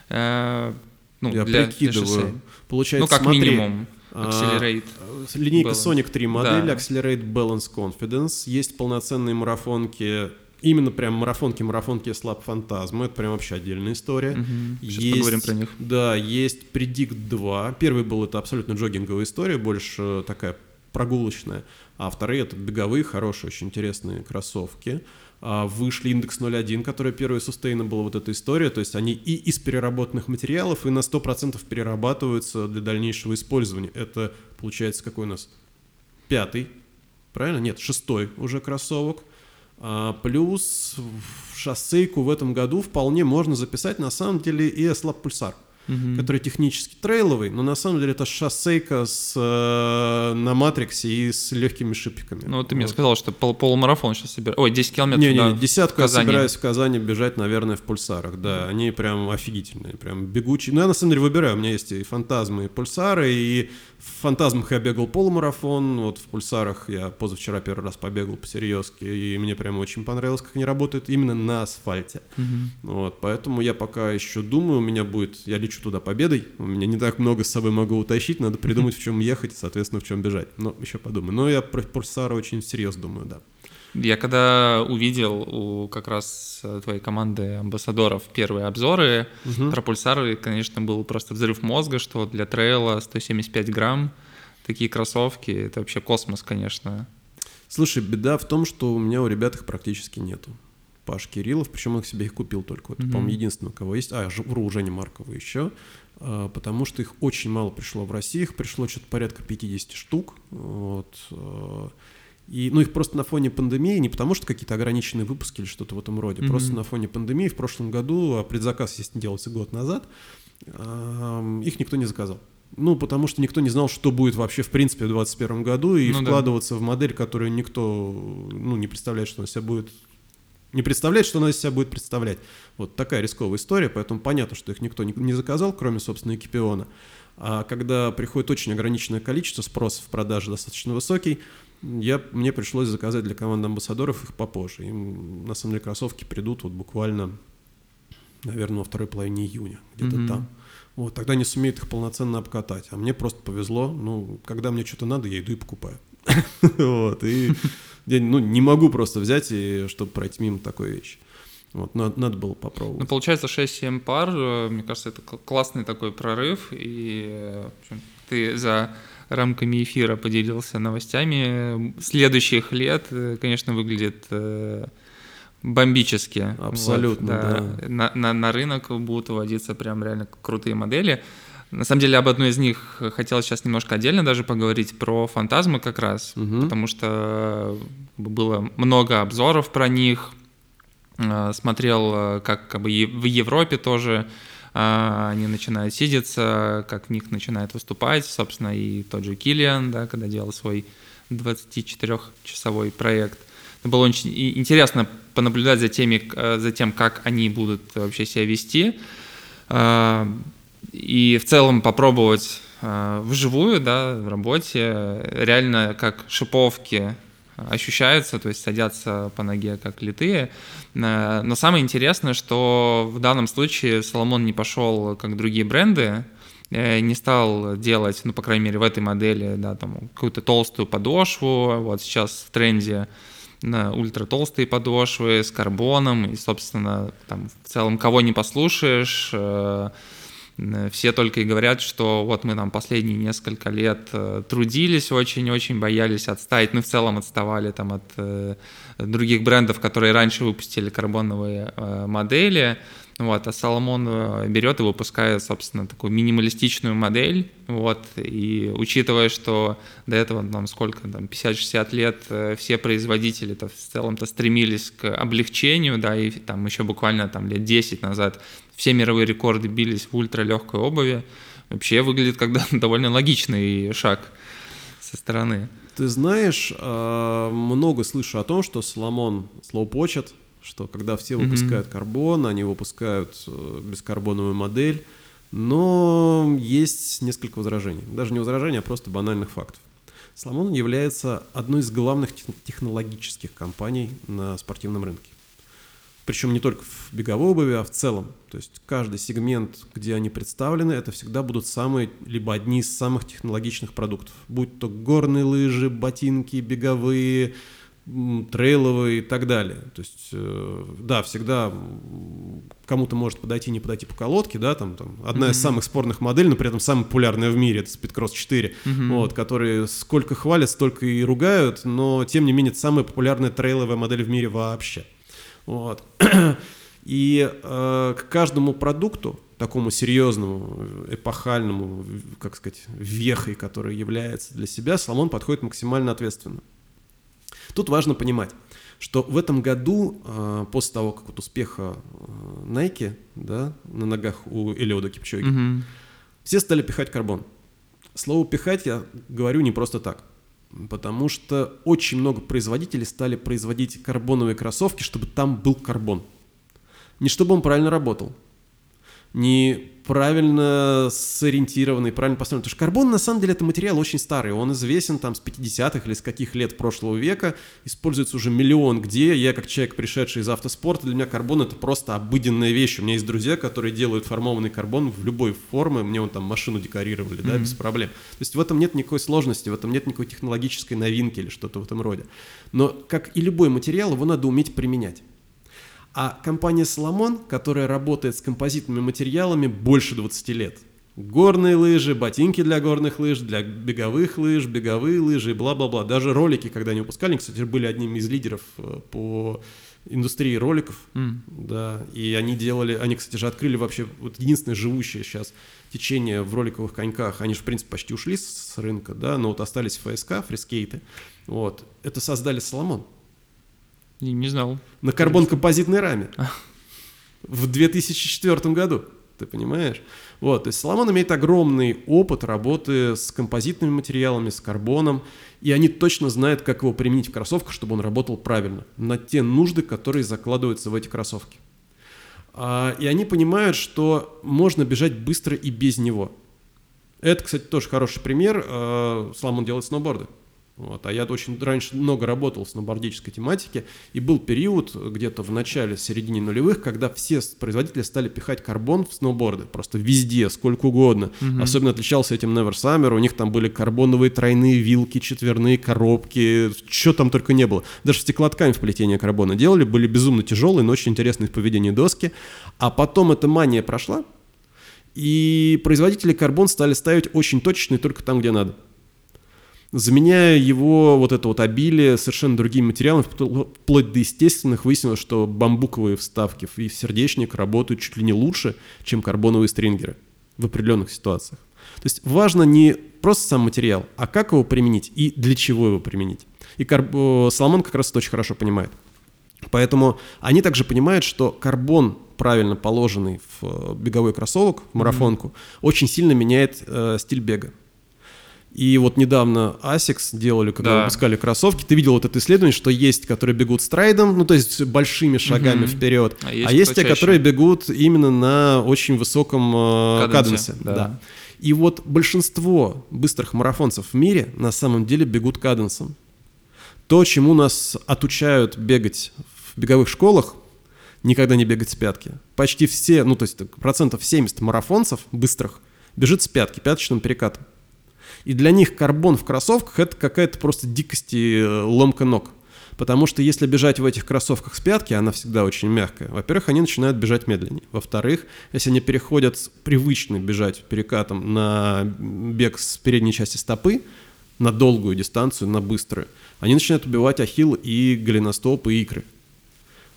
э- Ну, я для, прикидываю. Для Получается, ну, как смотри, минимум, Accelerate. А, линейка Balance. Sonic три модель, да. Accelerate Balance Confidence. Есть полноценные марафонки, именно прям марафонки-марафонки Slab Phantasm. Это прям вообще отдельная история. Угу. Сейчас есть, поговорим про них. Да, есть Predict два. Первый был это абсолютно джогинговая история, больше такая прогулочная. А вторые это беговые, хорошие, очень интересные кроссовки. Вышли индекс ноль один, который первый sustainable, вот эта история, то есть они и из переработанных материалов, и на сто процентов перерабатываются для дальнейшего использования. Это, получается, какой у нас? Пятый, правильно? Нет, шестой уже кроссовок. А, плюс в шоссейку в этом году вполне можно записать, на самом деле, и Slab Pulsar, Uh-huh. который технически трейловый, но на самом деле это шоссейка с, э, на матриксе и с легкими шипиками. Ну, ты вот. мне сказал, что пол- полумарафон сейчас собираешь. Ой, десять километров. Не, не, да, не, десятку в я собираюсь в Казани бежать, наверное, в пульсарах. Да, uh-huh. они прям офигительные, прям бегучие. Ну, я на самом деле выбираю. У меня есть и фантазмы, и пульсары, и в фантазмах я бегал полумарафон, вот в пульсарах я позавчера первый раз побегал по-серьезки, и мне прям очень понравилось, как они работают именно на асфальте. Uh-huh. Вот, поэтому я пока еще думаю, у меня будет, я лечу туда победой, у меня не так много с собой могу утащить, надо придумать, в чем ехать, соответственно, в чем бежать. Но еще подумаю. Но я про пульсары очень всерьез думаю, да. Я когда увидел у как раз твоей команды амбассадоров первые обзоры uh-huh. про пульсары, конечно, был просто взрыв мозга, что для трейла сто семьдесят пять грамм, такие кроссовки, это вообще космос, конечно. Слушай, беда в том, что у меня у ребят их практически нету. Паш Кириллов, причем он себе их купил только. Вот, uh-huh. по-моему, единственное, у кого есть. А, вру, Женя Маркова еще. А, потому что их очень мало пришло в Россию. Их пришло что-то порядка пятьдесят штук. Вот. И, ну, их просто на фоне пандемии, не потому что какие-то ограниченные выпуски или что-то в этом роде, mm-hmm. просто на фоне пандемии в прошлом году, а предзаказ, естественно, делался год назад, э, их никто не заказал. Ну, потому что никто не знал, что будет вообще в принципе в двадцать первом году, и ну, вкладываться да. в модель, которую никто, ну, не представляет, что она себя будет... Не представляет, что она из себя будет представлять. Вот такая рисковая история, поэтому понятно, что их никто не, не заказал, кроме, собственно, Экипиона. А когда приходит очень ограниченное количество, спрос в продаже достаточно высокий, я, мне пришлось заказать для команды амбассадоров их попозже. Им, на самом деле, кроссовки придут вот буквально, наверное, во второй половине июня, где-то mm-hmm. там. Вот, тогда не сумеют их полноценно обкатать. А мне просто повезло. Ну, когда мне что-то надо, я иду и покупаю. Вот, и я ну, не могу просто взять, и, чтобы пройти мимо такой вещи. Вот, надо, надо было попробовать. Ну, получается, шесть-семь пар, мне кажется, это классный такой прорыв, и ты за рамками эфира поделился новостями следующих лет, конечно, выглядит бомбически. Абсолютно, вот, да. да. На, на, на рынок будут выводиться прям реально крутые модели. На самом деле, об одной из них хотел сейчас немножко отдельно даже поговорить, про фантазмы как раз, угу. потому что было много обзоров про них, смотрел, как, как бы в Европе тоже они начинают сидеться, как в них начинает выступать, собственно, и тот же Киллиан, да, когда делал свой двадцатичетырёхчасовой проект. Это было очень интересно понаблюдать за, теми, за тем, как они будут вообще себя вести, и в целом попробовать вживую, да, в работе, реально как шиповки ощущаются, то есть садятся по ноге как литые. Но самое интересное, что в данном случае Salomon не пошел, как другие бренды, не стал делать, ну, по крайней мере, в этой модели, да, там, какую-то толстую подошву. Вот сейчас в тренде ультратолстые подошвы с карбоном, и, собственно, там, в целом, кого не послушаешь, все только и говорят, что вот мы там последние несколько лет трудились очень-очень, боялись отстать, ну в целом отставали там от э, других брендов, которые раньше выпустили карбоновые э, модели, Вот, а Salomon берет и выпускает, собственно, такую минималистичную модель. Вот, и учитывая, что до этого там сколько, там, пятьдесят-шестьдесят лет все производители-то в целом-то стремились к облегчению, да, и там еще буквально там лет десять назад все мировые рекорды бились в ультралегкой обуви, вообще выглядит как довольно логичный шаг со стороны. Ты знаешь, много слышу о том, что Salomon слоупочет, что когда все выпускают mm-hmm. карбон, они выпускают бескарбоновую модель, но есть несколько возражений. Даже не возражений, а просто банальных фактов. Salomon является одной из главных технологических компаний на спортивном рынке. Причем не только в беговой обуви, а в целом. То есть каждый сегмент, где они представлены, это всегда будут самые, либо одни из самых технологичных продуктов. Будь то горные лыжи, ботинки, беговые, трейловые и так далее. То есть, да, всегда кому-то может подойти, не подойти по колодке, да, там, там одна mm-hmm. из самых спорных моделей, но при этом самая популярная в мире, это Speedcross четыре, mm-hmm. вот, которые сколько хвалят, столько и ругают, но, тем не менее, это самая популярная трейловая модель в мире вообще. Вот. И э, к каждому продукту, такому серьезному, эпохальному, как сказать, вехой, который является для себя, Salomon подходит максимально ответственно. Тут важно понимать, что в этом году, э, после того, как от успеха э, Nike, да, на ногах у Элиода Кипчоги, mm-hmm. все стали пихать карбон. Слово «пихать» я говорю не просто так. Потому что очень много производителей стали производить карбоновые кроссовки, чтобы там был карбон. Не чтобы он правильно работал, не правильно сориентированный, правильно построенный. Потому что карбон, на самом деле, это материал очень старый. Он известен там с пятидесятых или с каких лет прошлого века. Используется уже миллион где. Я, как человек, пришедший из автоспорта, для меня карбон — это просто обыденная вещь. У меня есть друзья, которые делают формованный карбон в любой форме. Мне вон там машину декорировали, mm-hmm. да, без проблем. То есть в этом нет никакой сложности, в этом нет никакой технологической новинки или что-то в этом роде. Но, как и любой материал, его надо уметь применять. А компания Salomon, которая работает с композитными материалами больше двадцати лет. Горные лыжи, ботинки для горных лыж, для беговых лыж, беговые лыжи и бла-бла-бла. Даже ролики, когда они выпускали, они, кстати, были одним из лидеров по индустрии роликов. Mm. Да, и они делали, они, кстати же, открыли вообще вот единственное живущее сейчас течение в роликовых коньках. Они же, в принципе, почти ушли с рынка, да, но вот остались эф эс ка, фрискейты. Вот. Это создали Salomon. Не знал. На карбон-композитной раме. В две тысячи четвёртом году. Ты понимаешь? Вот. То есть Salomon имеет огромный опыт работы с композитными материалами, с карбоном. И они точно знают, как его применить в кроссовках, чтобы он работал правильно. На те нужды, которые закладываются в эти кроссовки. И они понимают, что можно бежать быстро и без него. Это, кстати, тоже хороший пример. Salomon делает сноуборды. Вот. А я очень раньше много работал в сноубордической тематике, и был период где-то в начале, середине нулевых, когда все производители стали пихать карбон в сноуборды, просто везде, сколько угодно. Mm-hmm. Особенно отличался этим Never Summer, у них там были карбоновые тройные вилки, четверные коробки, что там только не было. Даже стеклоткань в плетение карбона делали, были безумно тяжелые, но очень интересные в поведении доски. А потом эта мания прошла, и производители карбон стали ставить очень точечный только там, где надо, заменяя его, вот это вот обилие, совершенно другими материалами, вплоть до естественных. Выяснилось, что бамбуковые вставки в сердечник работают чуть ли не лучше, чем карбоновые стрингеры в определенных ситуациях. То есть важно не просто сам материал, а как его применить и для чего его применить. И карб... Salomon как раз это очень хорошо понимает. Поэтому они также понимают, что карбон, правильно положенный в беговой кроссовок, в марафонку, mm-hmm. очень сильно меняет э, стиль бега. И вот недавно Asics делали, когда да. выпускали кроссовки, ты видел вот это исследование, что есть, которые бегут страйдом, ну то есть большими шагами mm-hmm. вперед, а есть, а есть те, которые бегут именно на очень высоком э, каденсе. каденсе. Да. Да. И вот большинство быстрых марафонцев в мире на самом деле бегут каденсом. То, чему нас отучают бегать в беговых школах, никогда не бегать с пятки. Почти все, ну то есть процентов семьдесят марафонцев быстрых бежит с пятки, пяточным перекатом. И для них карбон в кроссовках — это какая-то просто дикость и ломка ног. Потому что если бежать в этих кроссовках с пятки, она всегда очень мягкая. Во-первых, они начинают бежать медленнее. Во-вторых, если они переходят привычно бежать перекатом на бег с передней части стопы, на долгую дистанцию, на быструю, они начинают убивать ахилл и голеностоп, и икры.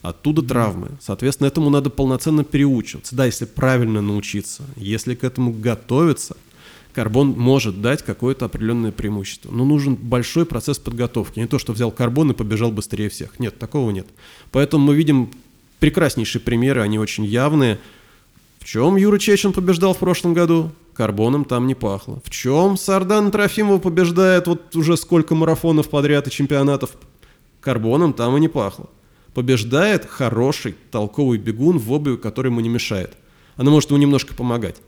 Оттуда травмы. Соответственно, этому надо полноценно переучиваться. Да, если правильно научиться, если к этому готовиться, карбон может дать какое-то определенное преимущество. Но нужен большой процесс подготовки. Не то, что взял карбон и побежал быстрее всех. Нет, такого нет. Поэтому мы видим прекраснейшие примеры, они очень явные. В чем Юра Чечин побеждал в прошлом году? Карбоном там не пахло. В чем Сардан Трофимов побеждает вот уже сколько марафонов подряд и чемпионатов? Карбоном там и не пахло. Побеждает хороший, толковый бегун в обуви, который ему не мешает. Она может ему немножко помогать.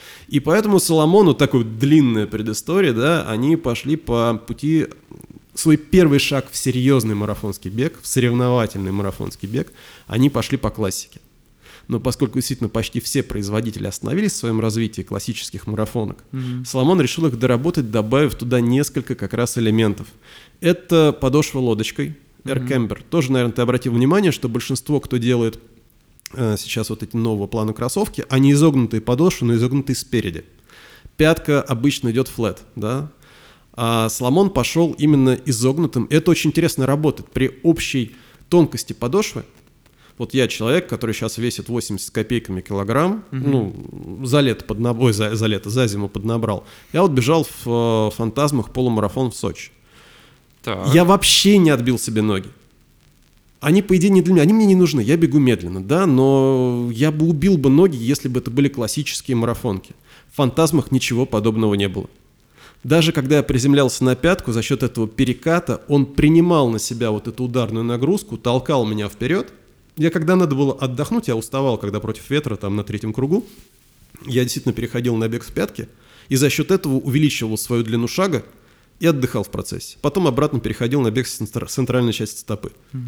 И поэтому Соломону, такой длинная предыстория, да, они пошли по пути, свой первый шаг в серьезный марафонский бег, в соревновательный марафонский бег, они пошли по классике. Но поскольку действительно почти все производители остановились в своем развитии классических марафонок, mm-hmm. Соломон решил их доработать, добавив туда несколько как раз элементов. Это подошва лодочкой, Air Camber. Mm-hmm. Тоже, наверное, ты обратил внимание, что большинство, кто делает э, сейчас вот эти нового плана кроссовки, они изогнутые подошвы, но изогнутые спереди. Пятка обычно идет флэт, да? А Соломон пошел именно изогнутым. Это очень интересно работает. При общей тонкости подошвы, вот я человек, который сейчас весит восемьдесят с копейками килограмм, mm-hmm. ну, за лето, поднаб... Ой, за, за лето, за зиму поднабрал. Я вот бежал в э, фантазмах полумарафон в Сочи. Так. Я вообще не отбил себе ноги. Они, по идее, не для меня, они мне не нужны, я бегу медленно, да, но я бы убил бы ноги, если бы это были классические марафонки. В фантазмах ничего подобного не было. Даже когда я приземлялся на пятку, за счет этого переката, он принимал на себя вот эту ударную нагрузку, толкал меня вперед. Я, когда надо было отдохнуть, я уставал, когда против ветра, там, на третьем кругу, я действительно переходил на бег с пятки, и за счет этого увеличивал свою длину шага и отдыхал в процессе. Потом обратно переходил на бег с центральной части стопы. Mm-hmm.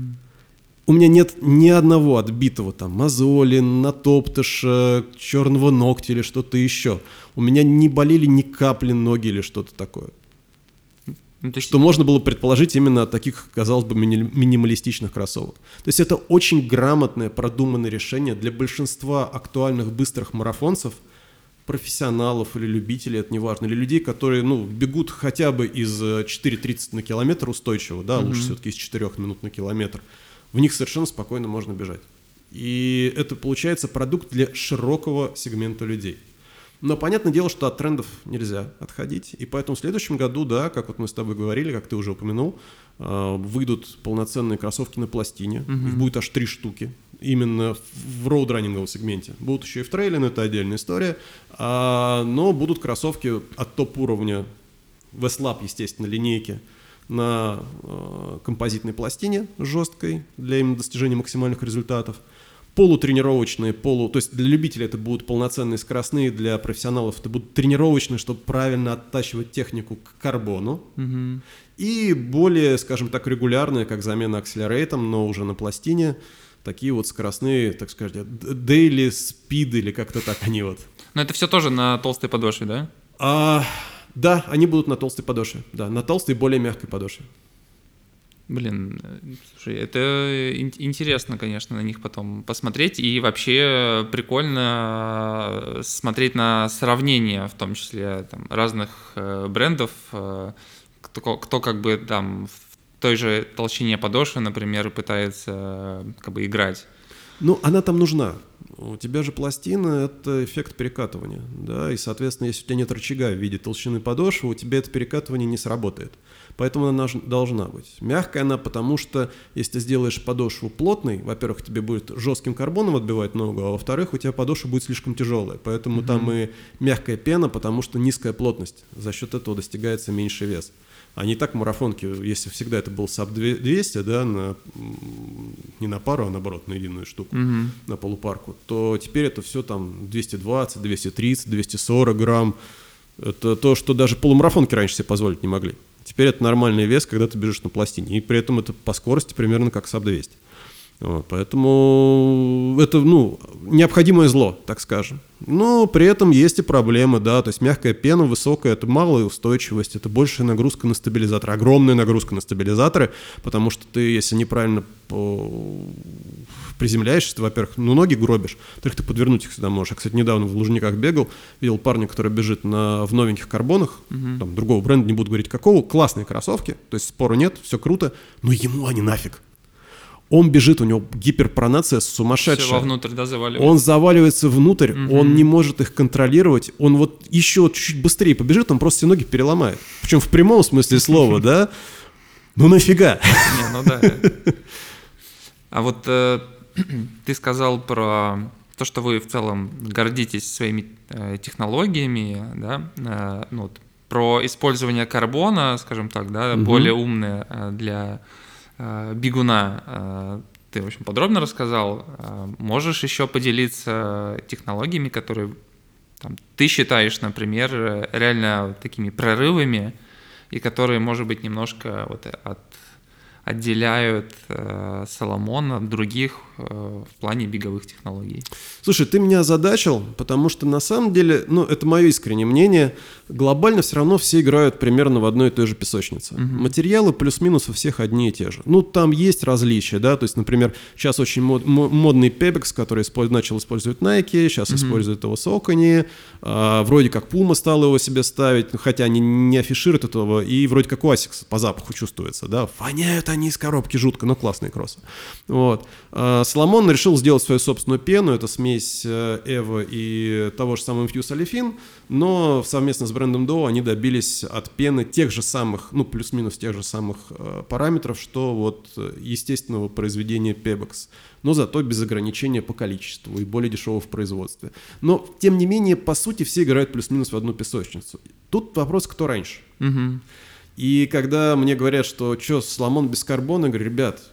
У меня нет ни одного отбитого там мозоли, натоптыша, черного ногтя или что-то еще. У меня не болели ни капли ноги или что-то такое. Ну, что можно было предположить именно от таких, казалось бы, мини- минималистичных кроссовок. То есть это очень грамотное, продуманное решение для большинства актуальных быстрых марафонцев, профессионалов или любителей, это неважно, или людей, которые, ну, бегут хотя бы из четыре тридцать на километр устойчиво, да, mm-hmm. лучше все-таки из четырех минут на километр. В них совершенно спокойно можно бежать. И это получается продукт для широкого сегмента людей. Но понятное дело, что от трендов нельзя отходить. И поэтому в следующем году, да, как вот мы с тобой говорили, как ты уже упомянул, выйдут полноценные кроссовки на пластине. Mm-hmm. Их будет аж три штуки. Именно в роудраннинговом сегменте. Будут еще и в трейле, но это отдельная история. А, но будут кроссовки от топ-уровня Westlab, естественно, линейки, на э, композитной пластине жесткой для именно достижения максимальных результатов. Полутренировочные, полу... то есть для любителей это будут полноценные скоростные, для профессионалов это будут тренировочные, чтобы правильно оттачивать технику к карбону. Mm-hmm. И более, скажем так, регулярные, как замена акселерейтом, но уже на пластине, такие вот скоростные, так сказать, daily speed или как-то так они вот. Но это все тоже на толстой подошве, да? А, да, они будут на толстой подошве, да, на толстой, более мягкой подошве. Блин, слушай, это интересно, конечно, на них потом посмотреть, и вообще прикольно смотреть на сравнение, в том числе там, разных брендов, кто, кто как бы там в той же толщине подошвы, например, пытается как бы играть. Ну, она там нужна. У тебя же пластина – это эффект перекатывания, да, и, соответственно, если у тебя нет рычага в виде толщины подошвы, у тебя это перекатывание не сработает. Поэтому она должна быть. Мягкая она, потому что если ты сделаешь подошву плотной, во-первых, тебе будет жестким карбоном отбивать ногу, а во-вторых, у тебя подошва будет слишком тяжелая. Поэтому mm-hmm. там и мягкая пена, потому что низкая плотность. За счет этого достигается меньший вес. А не так марафонки, если всегда это был саб двести, да, на, не на пару, а наоборот, на единую штуку, mm-hmm. на полупарку, то теперь это все там двести двадцать, двести тридцать, двести сорок грамм. Это то, что даже полумарафонки раньше себе позволить не могли. Теперь это нормальный вес, когда ты бежишь на пластине. И при этом это по скорости примерно как саб двести. Вот, поэтому это, ну, необходимое зло, так скажем. Но при этом есть и проблемы, да, то есть мягкая пена высокая, это малая устойчивость, это большая нагрузка на стабилизатор, огромная нагрузка на стабилизаторы, потому что ты, если неправильно приземляешься, ты, во-первых, ну, ноги гробишь, во-вторых, ты подвернуть их сюда можешь. Я, кстати, недавно в Лужниках бегал, видел парня, который бежит на, в новеньких карбонах, uh-huh. там, другого бренда, не буду говорить какого, классные кроссовки, то есть спору нет, все круто, но ему они нафиг. Он бежит, у него гиперпронация сумасшедшая. Все вовнутрь, да, заваливается. Он заваливается внутрь, угу. он не может их контролировать. Он вот еще чуть-чуть быстрее побежит, он просто все ноги переломает. Причем в прямом смысле слова, да? Ну нафига? Не, ну да. А вот э, ты сказал про то, что вы в целом гордитесь своими э, технологиями, да, э, ну, вот, про использование карбона, скажем так, да, угу. более умное э, для э, бегуна. Э, ты, в общем, подробно рассказал. Э, можешь еще поделиться технологиями, которые там, ты считаешь, например, реально такими прорывами, и которые, может быть, немножко вот от, отделяют э, Salomon от других э, в плане беговых технологий? Слушай, ты меня озадачил, потому что на самом деле, ну, это мое искреннее мнение, глобально все равно все играют примерно в одной и той же песочнице. Uh-huh. Материалы плюс-минус у всех одни и те же. Ну, там есть различия, да, то есть, например, сейчас очень мод, модный Pebax, который использ, начал использовать Nike, сейчас uh-huh. использует его Saucony, а, вроде как Puma стал его себе ставить, хотя они не афишируют этого, и вроде как у Asics по запаху чувствуется, да, воняют они из коробки жутко, но классные кроссы. Вот. А, Salomon решил сделать свою собственную пену, это смесь Evo и того же самого Infuse Olefin, но совместно с брендом Dow они добились от пены тех же самых, ну плюс-минус тех же самых э, параметров, что вот естественного произведения Pebax, но зато без ограничения по количеству и более дешево в производстве. Но тем не менее, по сути, все играют плюс-минус в одну песочницу. Тут вопрос, кто раньше. Угу. И когда мне говорят, что что, Salomon без карбона, я говорю, ребят,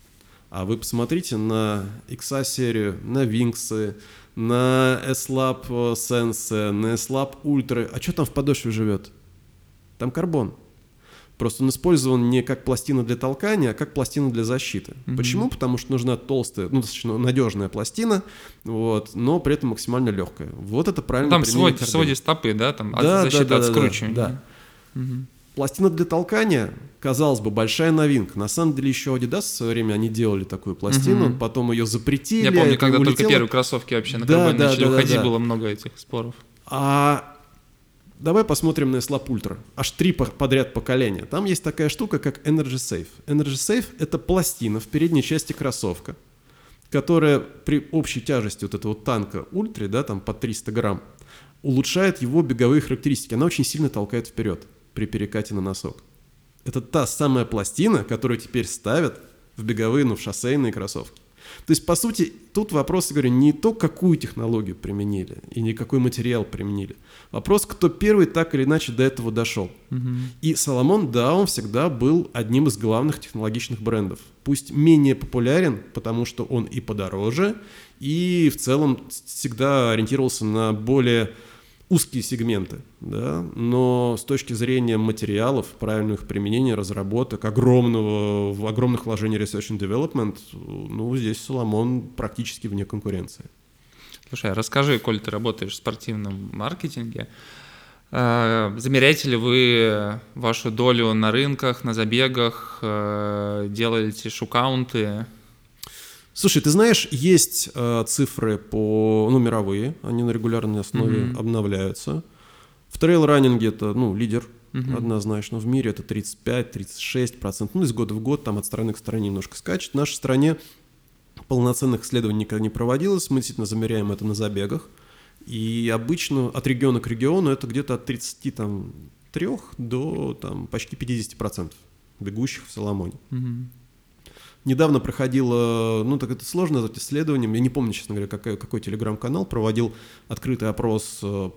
а вы посмотрите на икс эй-серию, на Wings, на S-Lab Sense, на S-Lab Ultra. А что там в подошве живет? Там карбон. Просто он использован не как пластина для толкания, а как пластина для защиты. Mm-hmm. Почему? Потому что нужна толстая, ну, достаточно надежная пластина, вот, но при этом максимально легкая. Вот это правильно. Там свой, своди стопы, да? Там да, от защиты да, от да, скручивания. Да. да. Mm-hmm. Пластина для толкания, казалось бы, большая новинка. На самом деле еще Adidas в свое время они делали такую пластину, угу. потом ее запретили. Я помню, когда улетело. Только первые кроссовки вообще на да, карбоне да, начали да, уходить, да, да. было много этих споров. А давай посмотрим на S-Lab Ultra. Аж три подряд поколения. Там есть такая штука, как Energy Safe. Energy Safe — это пластина в передней части кроссовка, которая при общей тяжести вот этого танка Ультра, да, там по триста грамм, улучшает его беговые характеристики. Она очень сильно толкает вперед при перекате на носок. Это та самая пластина, которую теперь ставят в беговые, ну, в шоссейные кроссовки. То есть, по сути, тут вопрос, я говорю, не то, какую технологию применили и не какой материал применили. Вопрос, кто первый так или иначе до этого дошел. Uh-huh. И Salomon, да, он всегда был одним из главных технологичных брендов. Пусть менее популярен, потому что он и подороже, и в целом всегда ориентировался на более узкие сегменты, да, но с точки зрения материалов, правильного их применения, разработок, огромного, огромных вложений Research and Development, ну, здесь Salomon практически вне конкуренции. Слушай, а расскажи, коль ты работаешь в спортивном маркетинге, замеряете ли вы вашу долю на рынках, на забегах, делаете шукаунты? Слушай, ты знаешь, есть э, цифры по, ну, мировые, они на регулярной основе mm-hmm. обновляются. В трейл-раннинге это, ну, лидер mm-hmm. однозначно, в мире это тридцать пять - тридцать шесть процентов, ну, из года в год, там от страны к стране немножко скачет. В нашей стране полноценных исследований никогда не проводилось, мы действительно замеряем это на забегах, и обычно от региона к региону это где-то от тридцати трёх до там, почти пятидесяти процентов бегущих в Salomon. Mm-hmm. Недавно проходило, ну так это сложно назвать исследованием, я не помню, честно говоря, какой, какой телеграм-канал проводил открытый опрос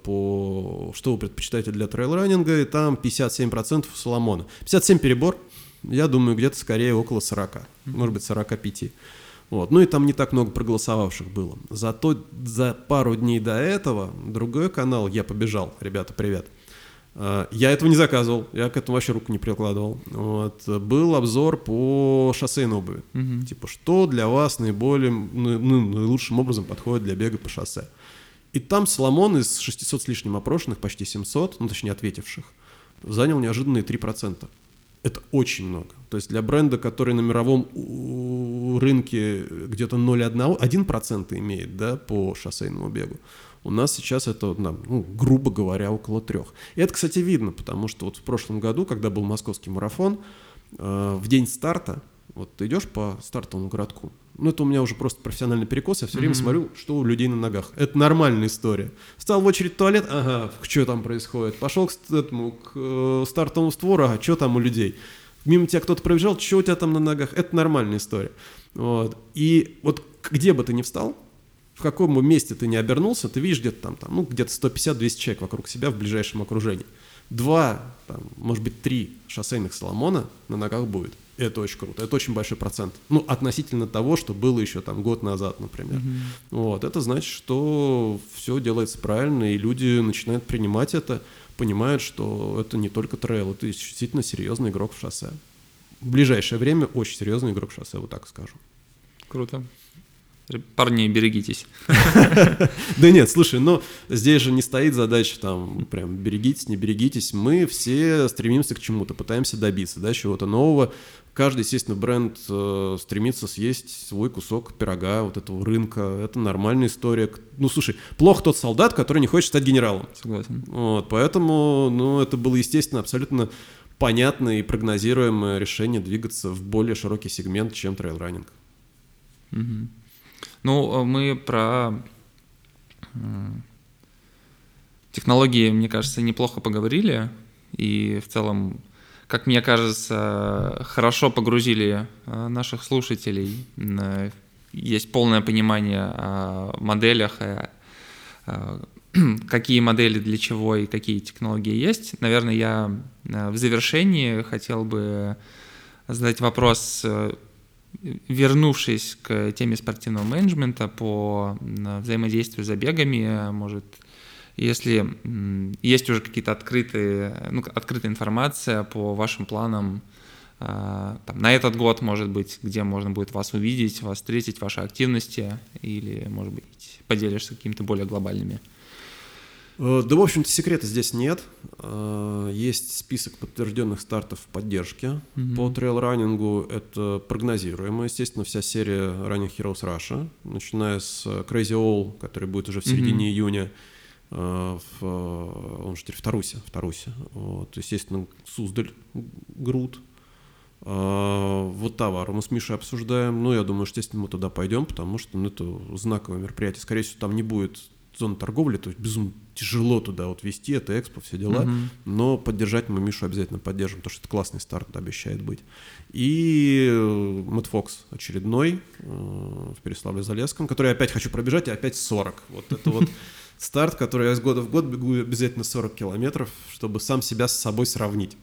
по что вы предпочитаете для трейл-раннинга, и там пятьдесят семь процентов у Salomon. пятьдесят семь перебор, я думаю, где-то скорее около сорока, может быть сорок пять. Вот. Ну и там не так много проголосовавших было. Зато за пару дней до этого другой канал «Я побежал», ребята, привет. Я этого не заказывал, я к этому вообще руку не прикладывал. Вот. Был обзор по шоссейной обуви. Uh-huh. Типа, что для вас наиболее, ну, наилучшим образом подходит для бега по шоссе. И там Salomon из шестисот с лишним опрошенных, почти семьсот, ну точнее ответивших, занял неожиданные три процента. Это очень много. То есть для бренда, который на мировом рынке где-то ноль целых одна десятая, один процент имеет, да, по шоссейному бегу, у нас сейчас это, ну, грубо говоря, около трех. И это, кстати, видно, потому что вот в прошлом году, когда был московский марафон, э, в день старта Вот ты идешь по стартовому городку, ну, это у меня уже просто профессиональный перекос, я все mm-hmm. время смотрю, что у людей на ногах. Это нормальная история. Встал в очередь в туалет, ага, что там происходит? Пошел к, этому, к э, стартовому створу, ага, что там у людей? Мимо тебя кто-то пробежал, что у тебя там на ногах? Это нормальная история. Вот. И вот где бы ты ни встал, в каком бы месте ты ни обернулся, ты видишь где-то там, там ну, где-то сто пятьдесят - двести человек вокруг себя в ближайшем окружении. Два, там, может быть, три шоссейных Соломона на ногах будет. Это очень круто, это очень большой процент. Ну, относительно того, что было еще там год назад, например. Mm-hmm. Вот, это значит, что все делается правильно, и люди начинают принимать это, понимают, что это не только трейл, это действительно серьезный игрок в шоссе. В ближайшее время очень серьезный игрок в шоссе, вот так скажу. Круто. Парни, берегитесь. Да нет, слушай, но здесь же не стоит задача там прям берегитесь, не берегитесь. Мы все стремимся к чему-то, пытаемся добиться, да, чего-то нового. Каждый, естественно, бренд э, стремится съесть свой кусок пирога, вот этого рынка. Это нормальная история. Ну, слушай, плохо тот солдат, который не хочет стать генералом. Согласен. Вот, поэтому, ну, это было, естественно, абсолютно понятное и прогнозируемое решение двигаться в более широкий сегмент, чем трейл-раннинг. Угу. Ну, мы про технологии, мне кажется, неплохо поговорили. И в целом, как мне кажется, хорошо погрузили наших слушателей. Есть полное понимание о моделях, какие модели для чего и какие технологии есть. Наверное, я в завершении хотел бы задать вопрос, вернувшись к теме спортивного менеджмента по взаимодействию с забегами, может, если есть уже какие-то открытые, ну, открытая информация по вашим планам там, на этот год, может быть, где можно будет вас увидеть, вас встретить, ваши активности, или, может быть, поделишься какими-то более глобальными? Да, в общем-то, секрета здесь нет. Есть список подтвержденных стартов поддержки mm-hmm. по трейл-раннингу. Это прогнозируемо. Естественно, вся серия Running Heroes Russia, начиная с Crazy All, который будет уже в середине mm-hmm. июня, в, он же теперь в Тарусе. В Тарусе. Вот. Естественно, Суздаль, Груд. Вот Тавару мы с Мишей обсуждаем. Ну, я думаю, что, естественно, мы туда пойдем, потому что ну, это знаковое мероприятие. Скорее всего, там не будет зоны торговли, то есть безумно тяжело туда вот вести, это экспо, все дела, uh-huh. но поддержать мы Мишу обязательно поддержим, потому что это классный старт обещает быть. И Мэтт Фокс очередной в Переславле-Залесском, который я опять хочу пробежать, и опять сорок. Вот это вот старт, который я из года в год бегу обязательно сорок километров, чтобы сам себя с собой сравнить.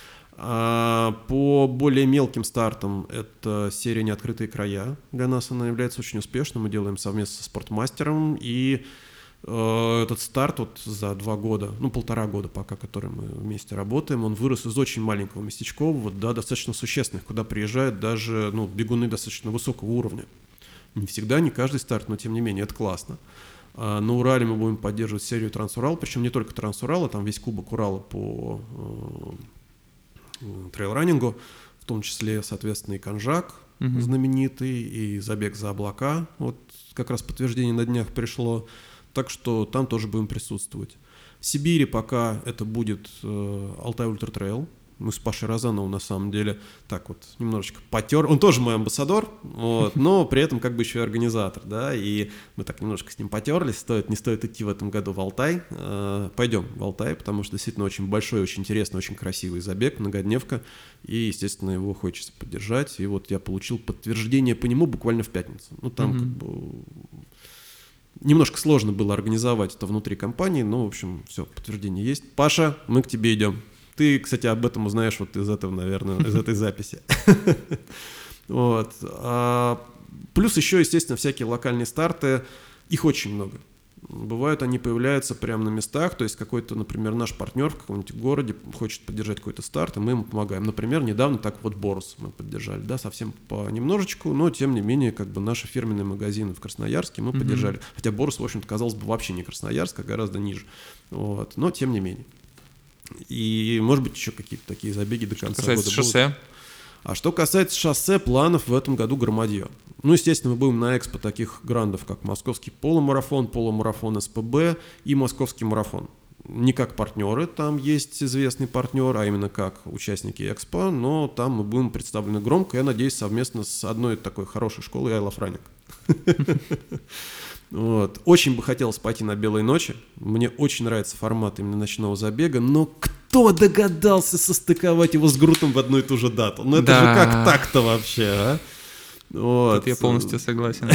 А по более мелким стартам это серия «Неоткрытые края». Для нас она является очень успешной. Мы делаем совместно со Спортмастером. И э, этот старт вот за два года, ну полтора года пока, который мы вместе работаем, он вырос из очень маленького местечкового до достаточно существенных, куда приезжают даже ну, бегуны достаточно высокого уровня. Не всегда, не каждый старт, но тем не менее это классно. А на Урале мы будем поддерживать серию Трансурал, причем не только Трансурала, там весь кубок Урала по... Э, трейл-раннингу, в том числе, соответственно, и Конжак uh-huh. знаменитый, и забег за облака, вот как раз подтверждение на днях пришло, так что там тоже будем присутствовать. В Сибири пока это будет э, Алтай Ультра Трейл. Мы с Пашей Розановым на самом деле так вот немножечко потер. Он тоже мой амбассадор, вот, но при этом как бы еще и организатор, да, и мы так немножко с ним потерлись, стоит, не стоит идти в этом году в Алтай. Пойдем в Алтай, потому что действительно очень большой, очень интересный, очень красивый забег, многодневка, и, естественно, его хочется поддержать. И вот я получил подтверждение по нему буквально в пятницу. Ну, там mm-hmm. как бы... Немножко сложно было организовать это внутри компании, но, в общем, все, подтверждение есть. Паша, мы к тебе идем. Ты, кстати, об этом узнаешь вот из этого, наверное, из этой записи. Вот. А плюс еще, естественно, всякие локальные старты. Их очень много. Бывают, они появляются прямо на местах. То есть какой-то, например, наш партнер в каком-нибудь городе хочет поддержать какой-то старт, и мы ему помогаем. Например, недавно так вот Борус мы поддержали, да, совсем понемножечку, но тем не менее, как бы наши фирменные магазины в Красноярске мы mm-hmm. поддержали. Хотя Борус, в общем-то, казалось бы, вообще не Красноярск, а гораздо ниже. Вот. Но тем не менее. И, может быть, еще какие-то такие забеги до конца года будут. Шоссе? А что касается шоссе, планов в этом году громадье. Ну, естественно, мы будем на экспо таких грандов, как московский полумарафон, полумарафон СПБ и московский марафон. не как партнеры, там есть известный партнер, а именно как участники Экспо, но там мы будем представлены громко, я надеюсь, совместно с одной такой хорошей школой I Love Running. Вот. Очень бы хотелось пойти на белые ночи. Мне очень нравится формат именно ночного забега, но кто догадался состыковать его с Грутом в одну и ту же дату? Ну это да. же как так-то вообще, а? Вот. Тут я полностью согласен.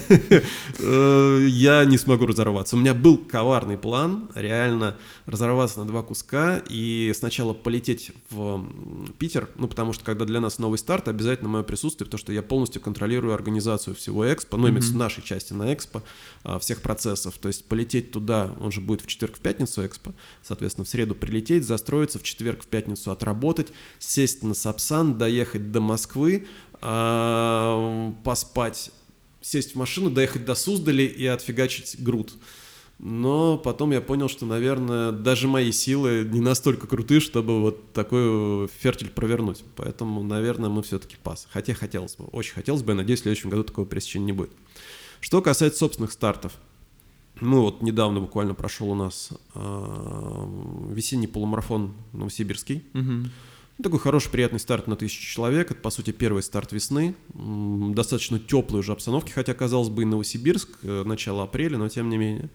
Я не смогу разорваться. У меня был коварный план, реально разорваться на два куска и сначала полететь в Питер, ну, потому что когда для нас новый старт, обязательно мое присутствие, потому что я полностью контролирую организацию всего Экспо, ну, именно в нашей части на Экспо, всех процессов. То есть полететь туда, он же будет в четверг, в пятницу Экспо, соответственно, в среду прилететь, застроиться, в четверг, в пятницу отработать, сесть на Сапсан, доехать до Москвы, поспать, сесть в машину, доехать до Суздали и отфигачить Грут. Но потом я понял, что, наверное, даже мои силы не настолько крутые, чтобы вот такой фертиль провернуть. Поэтому, наверное, мы все-таки пас. Хотя хотелось бы, очень хотелось бы, я надеюсь, в следующем году такого пересечения не будет. Что касается собственных стартов. Ну вот недавно буквально прошел у нас э, весенний полумарафон новосибирский. Угу. Такой хороший, приятный старт на тысячу человек. Это, по сути, первый старт весны. Достаточно теплые уже обстановки, хотя, казалось бы, и Новосибирск, начало апреля, но тем не менее.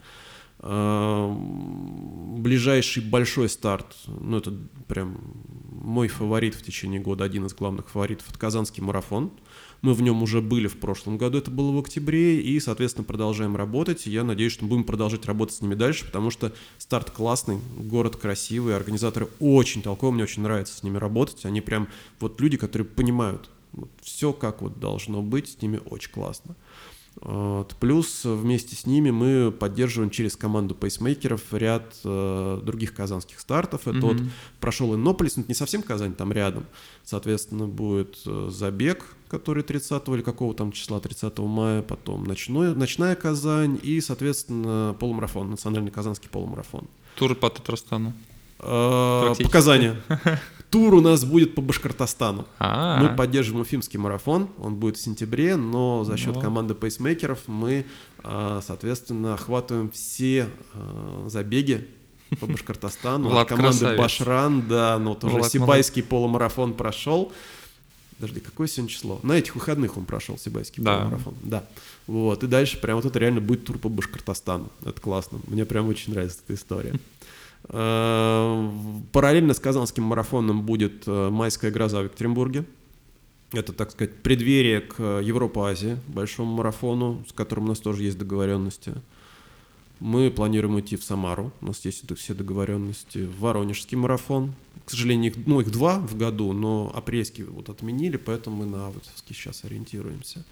Ближайший большой старт, ну, это прям мой фаворит в течение года, один из главных фаворитов, это Казанский марафон. Мы в нем уже были в прошлом году, это было в октябре, и, соответственно, продолжаем работать. Я надеюсь, что мы будем продолжать работать с ними дальше, потому что старт классный, город красивый, организаторы очень толковые, мне очень нравится с ними работать. Они прям вот люди, которые понимают вот все, как вот должно быть, с ними очень классно. Вот. Плюс вместе с ними мы поддерживаем через команду пейсмейкеров ряд э, других казанских стартов. Это mm-hmm. вот прошел Иннополис, но это не совсем Казань, там рядом. Соответственно, будет э, забег, который тридцатого или какого там числа, тридцатого мая, потом ночной, ночная Казань и, соответственно, полумарафон, национальный казанский полумарафон. Тур по Татарстану. Э, показания. Тур у нас будет по Башкортостану. А-а-а. Мы поддерживаем уфимский марафон, он будет в сентябре, но за счет команды пейсмейкеров мы, соответственно, охватываем все забеги по Башкортостану. Влад команды красавец. Башран, да, но вот уже Влад Сибайский полумарафон прошел. Подожди, какое сегодня число? На этих выходных он прошел, Сибайский да. полумарафон. Да. Вот, и дальше прям вот это реально будет тур по Башкортостану. Это классно. Мне прям очень нравится эта история. Параллельно с Казанским марафоном будет майская гроза в Екатеринбурге. Это, так сказать, преддверие к Европа-Азии, большому марафону, с которым у нас тоже есть договоренности. Мы планируем идти в Самару, у нас есть все договоренности. В Воронежский марафон. К сожалению, их, ну, их два в году, но апрельский вот отменили, поэтому мы на августовский сейчас ориентируемся.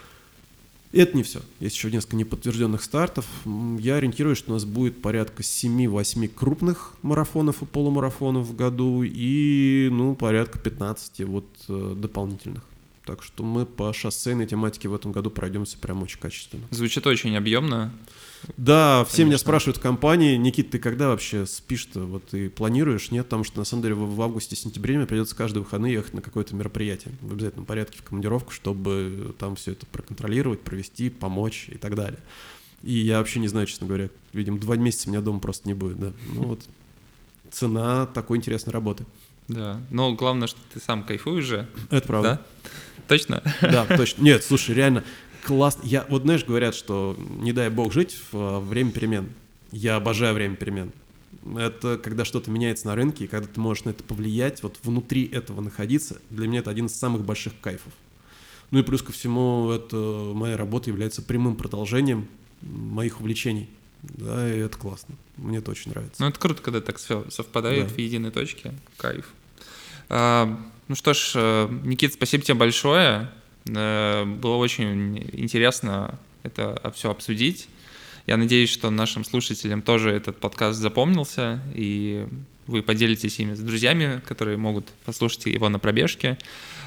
И это не все. Есть еще несколько неподтвержденных стартов. Я ориентируюсь, что у нас будет порядка семь-восемь крупных марафонов и полумарафонов в году и, ну, порядка пятнадцать вот э, дополнительных. Так что мы по шоссейной тематике в этом году пройдемся прям очень качественно. Звучит очень объемно. Да, все Конечно. Меня спрашивают в компании: Никит, ты когда вообще спишь-то? Вот ты планируешь? Нет, потому что на самом деле в августе-сентябре мне придется каждые выходные ехать на какое-то мероприятие в обязательном порядке в командировку, чтобы там все это проконтролировать, провести, помочь и так далее. И я вообще не знаю, честно говоря, видимо, два месяца меня дома просто не будет, да. Ну вот цена такой интересной работы. Да, но главное, что ты сам кайфуешь же. Это правда. Да? Точно? Да, точно. Нет, слушай, реально классно. Я, вот знаешь, говорят, что не дай бог жить в время перемен. Я обожаю время перемен. Это когда что-то меняется на рынке, и когда ты можешь на это повлиять, вот внутри этого находиться, для меня это один из самых больших кайфов. Ну и плюс ко всему, это моя работа является прямым продолжением моих увлечений. Да, и это классно. Мне это очень нравится. Ну, это круто, когда так все совпадает да. в единой точке. Кайф. А, ну что ж, Никит, спасибо тебе большое. Было очень интересно это все обсудить. Я надеюсь, что нашим слушателям тоже этот подкаст запомнился, и вы поделитесь ими с друзьями, которые могут послушать его на пробежке.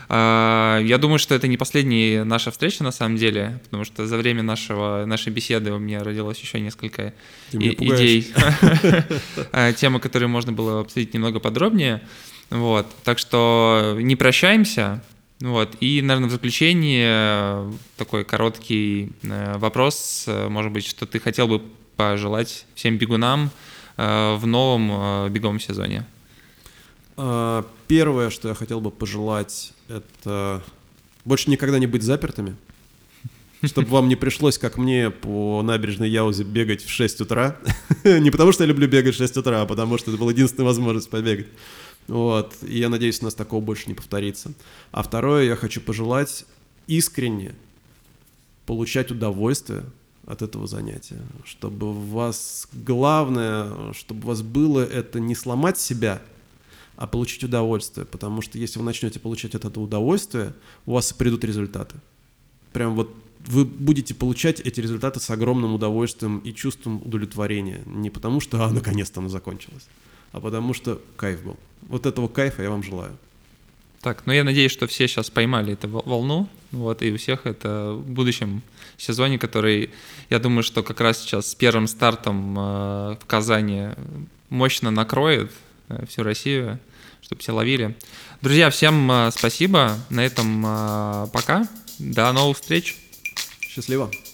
Я думаю, что это не последняя наша встреча на самом деле, потому что за время нашего, нашей беседы у меня родилось еще несколько и- идей, темы, которые можно было обсудить немного подробнее. Вот. Так что не прощаемся. Вот. И, наверное, в заключение такой короткий вопрос, может быть, что ты хотел бы пожелать всем бегунам в новом беговом сезоне? Первое, что я хотел бы пожелать, это больше никогда не быть запертыми, чтобы вам не пришлось, как мне, по набережной Яузе бегать в шесть утра. Не потому, что я люблю бегать в шесть утра, а потому, что это была единственная возможность побегать. Вот. И я надеюсь, у нас такого больше не повторится. А второе, я хочу пожелать искренне получать удовольствие от этого занятия. Чтобы у вас главное, чтобы у вас было это не сломать себя, а получить удовольствие. Потому что если вы начнете получать от этого удовольствие, у вас и придут результаты. Прям вот вы будете получать эти результаты с огромным удовольствием и чувством удовлетворения. Не потому что, а, наконец-то оно закончилось, а потому что кайф был. Вот этого кайфа я вам желаю. Так, ну я надеюсь, что все сейчас поймали эту волну, вот, и у всех это в будущем сезоне, который, я думаю, что как раз сейчас с первым стартом э, в Казани мощно накроет э, всю Россию, чтобы все ловили. Друзья, всем э, спасибо, на этом э, пока, до новых встреч. Счастливо.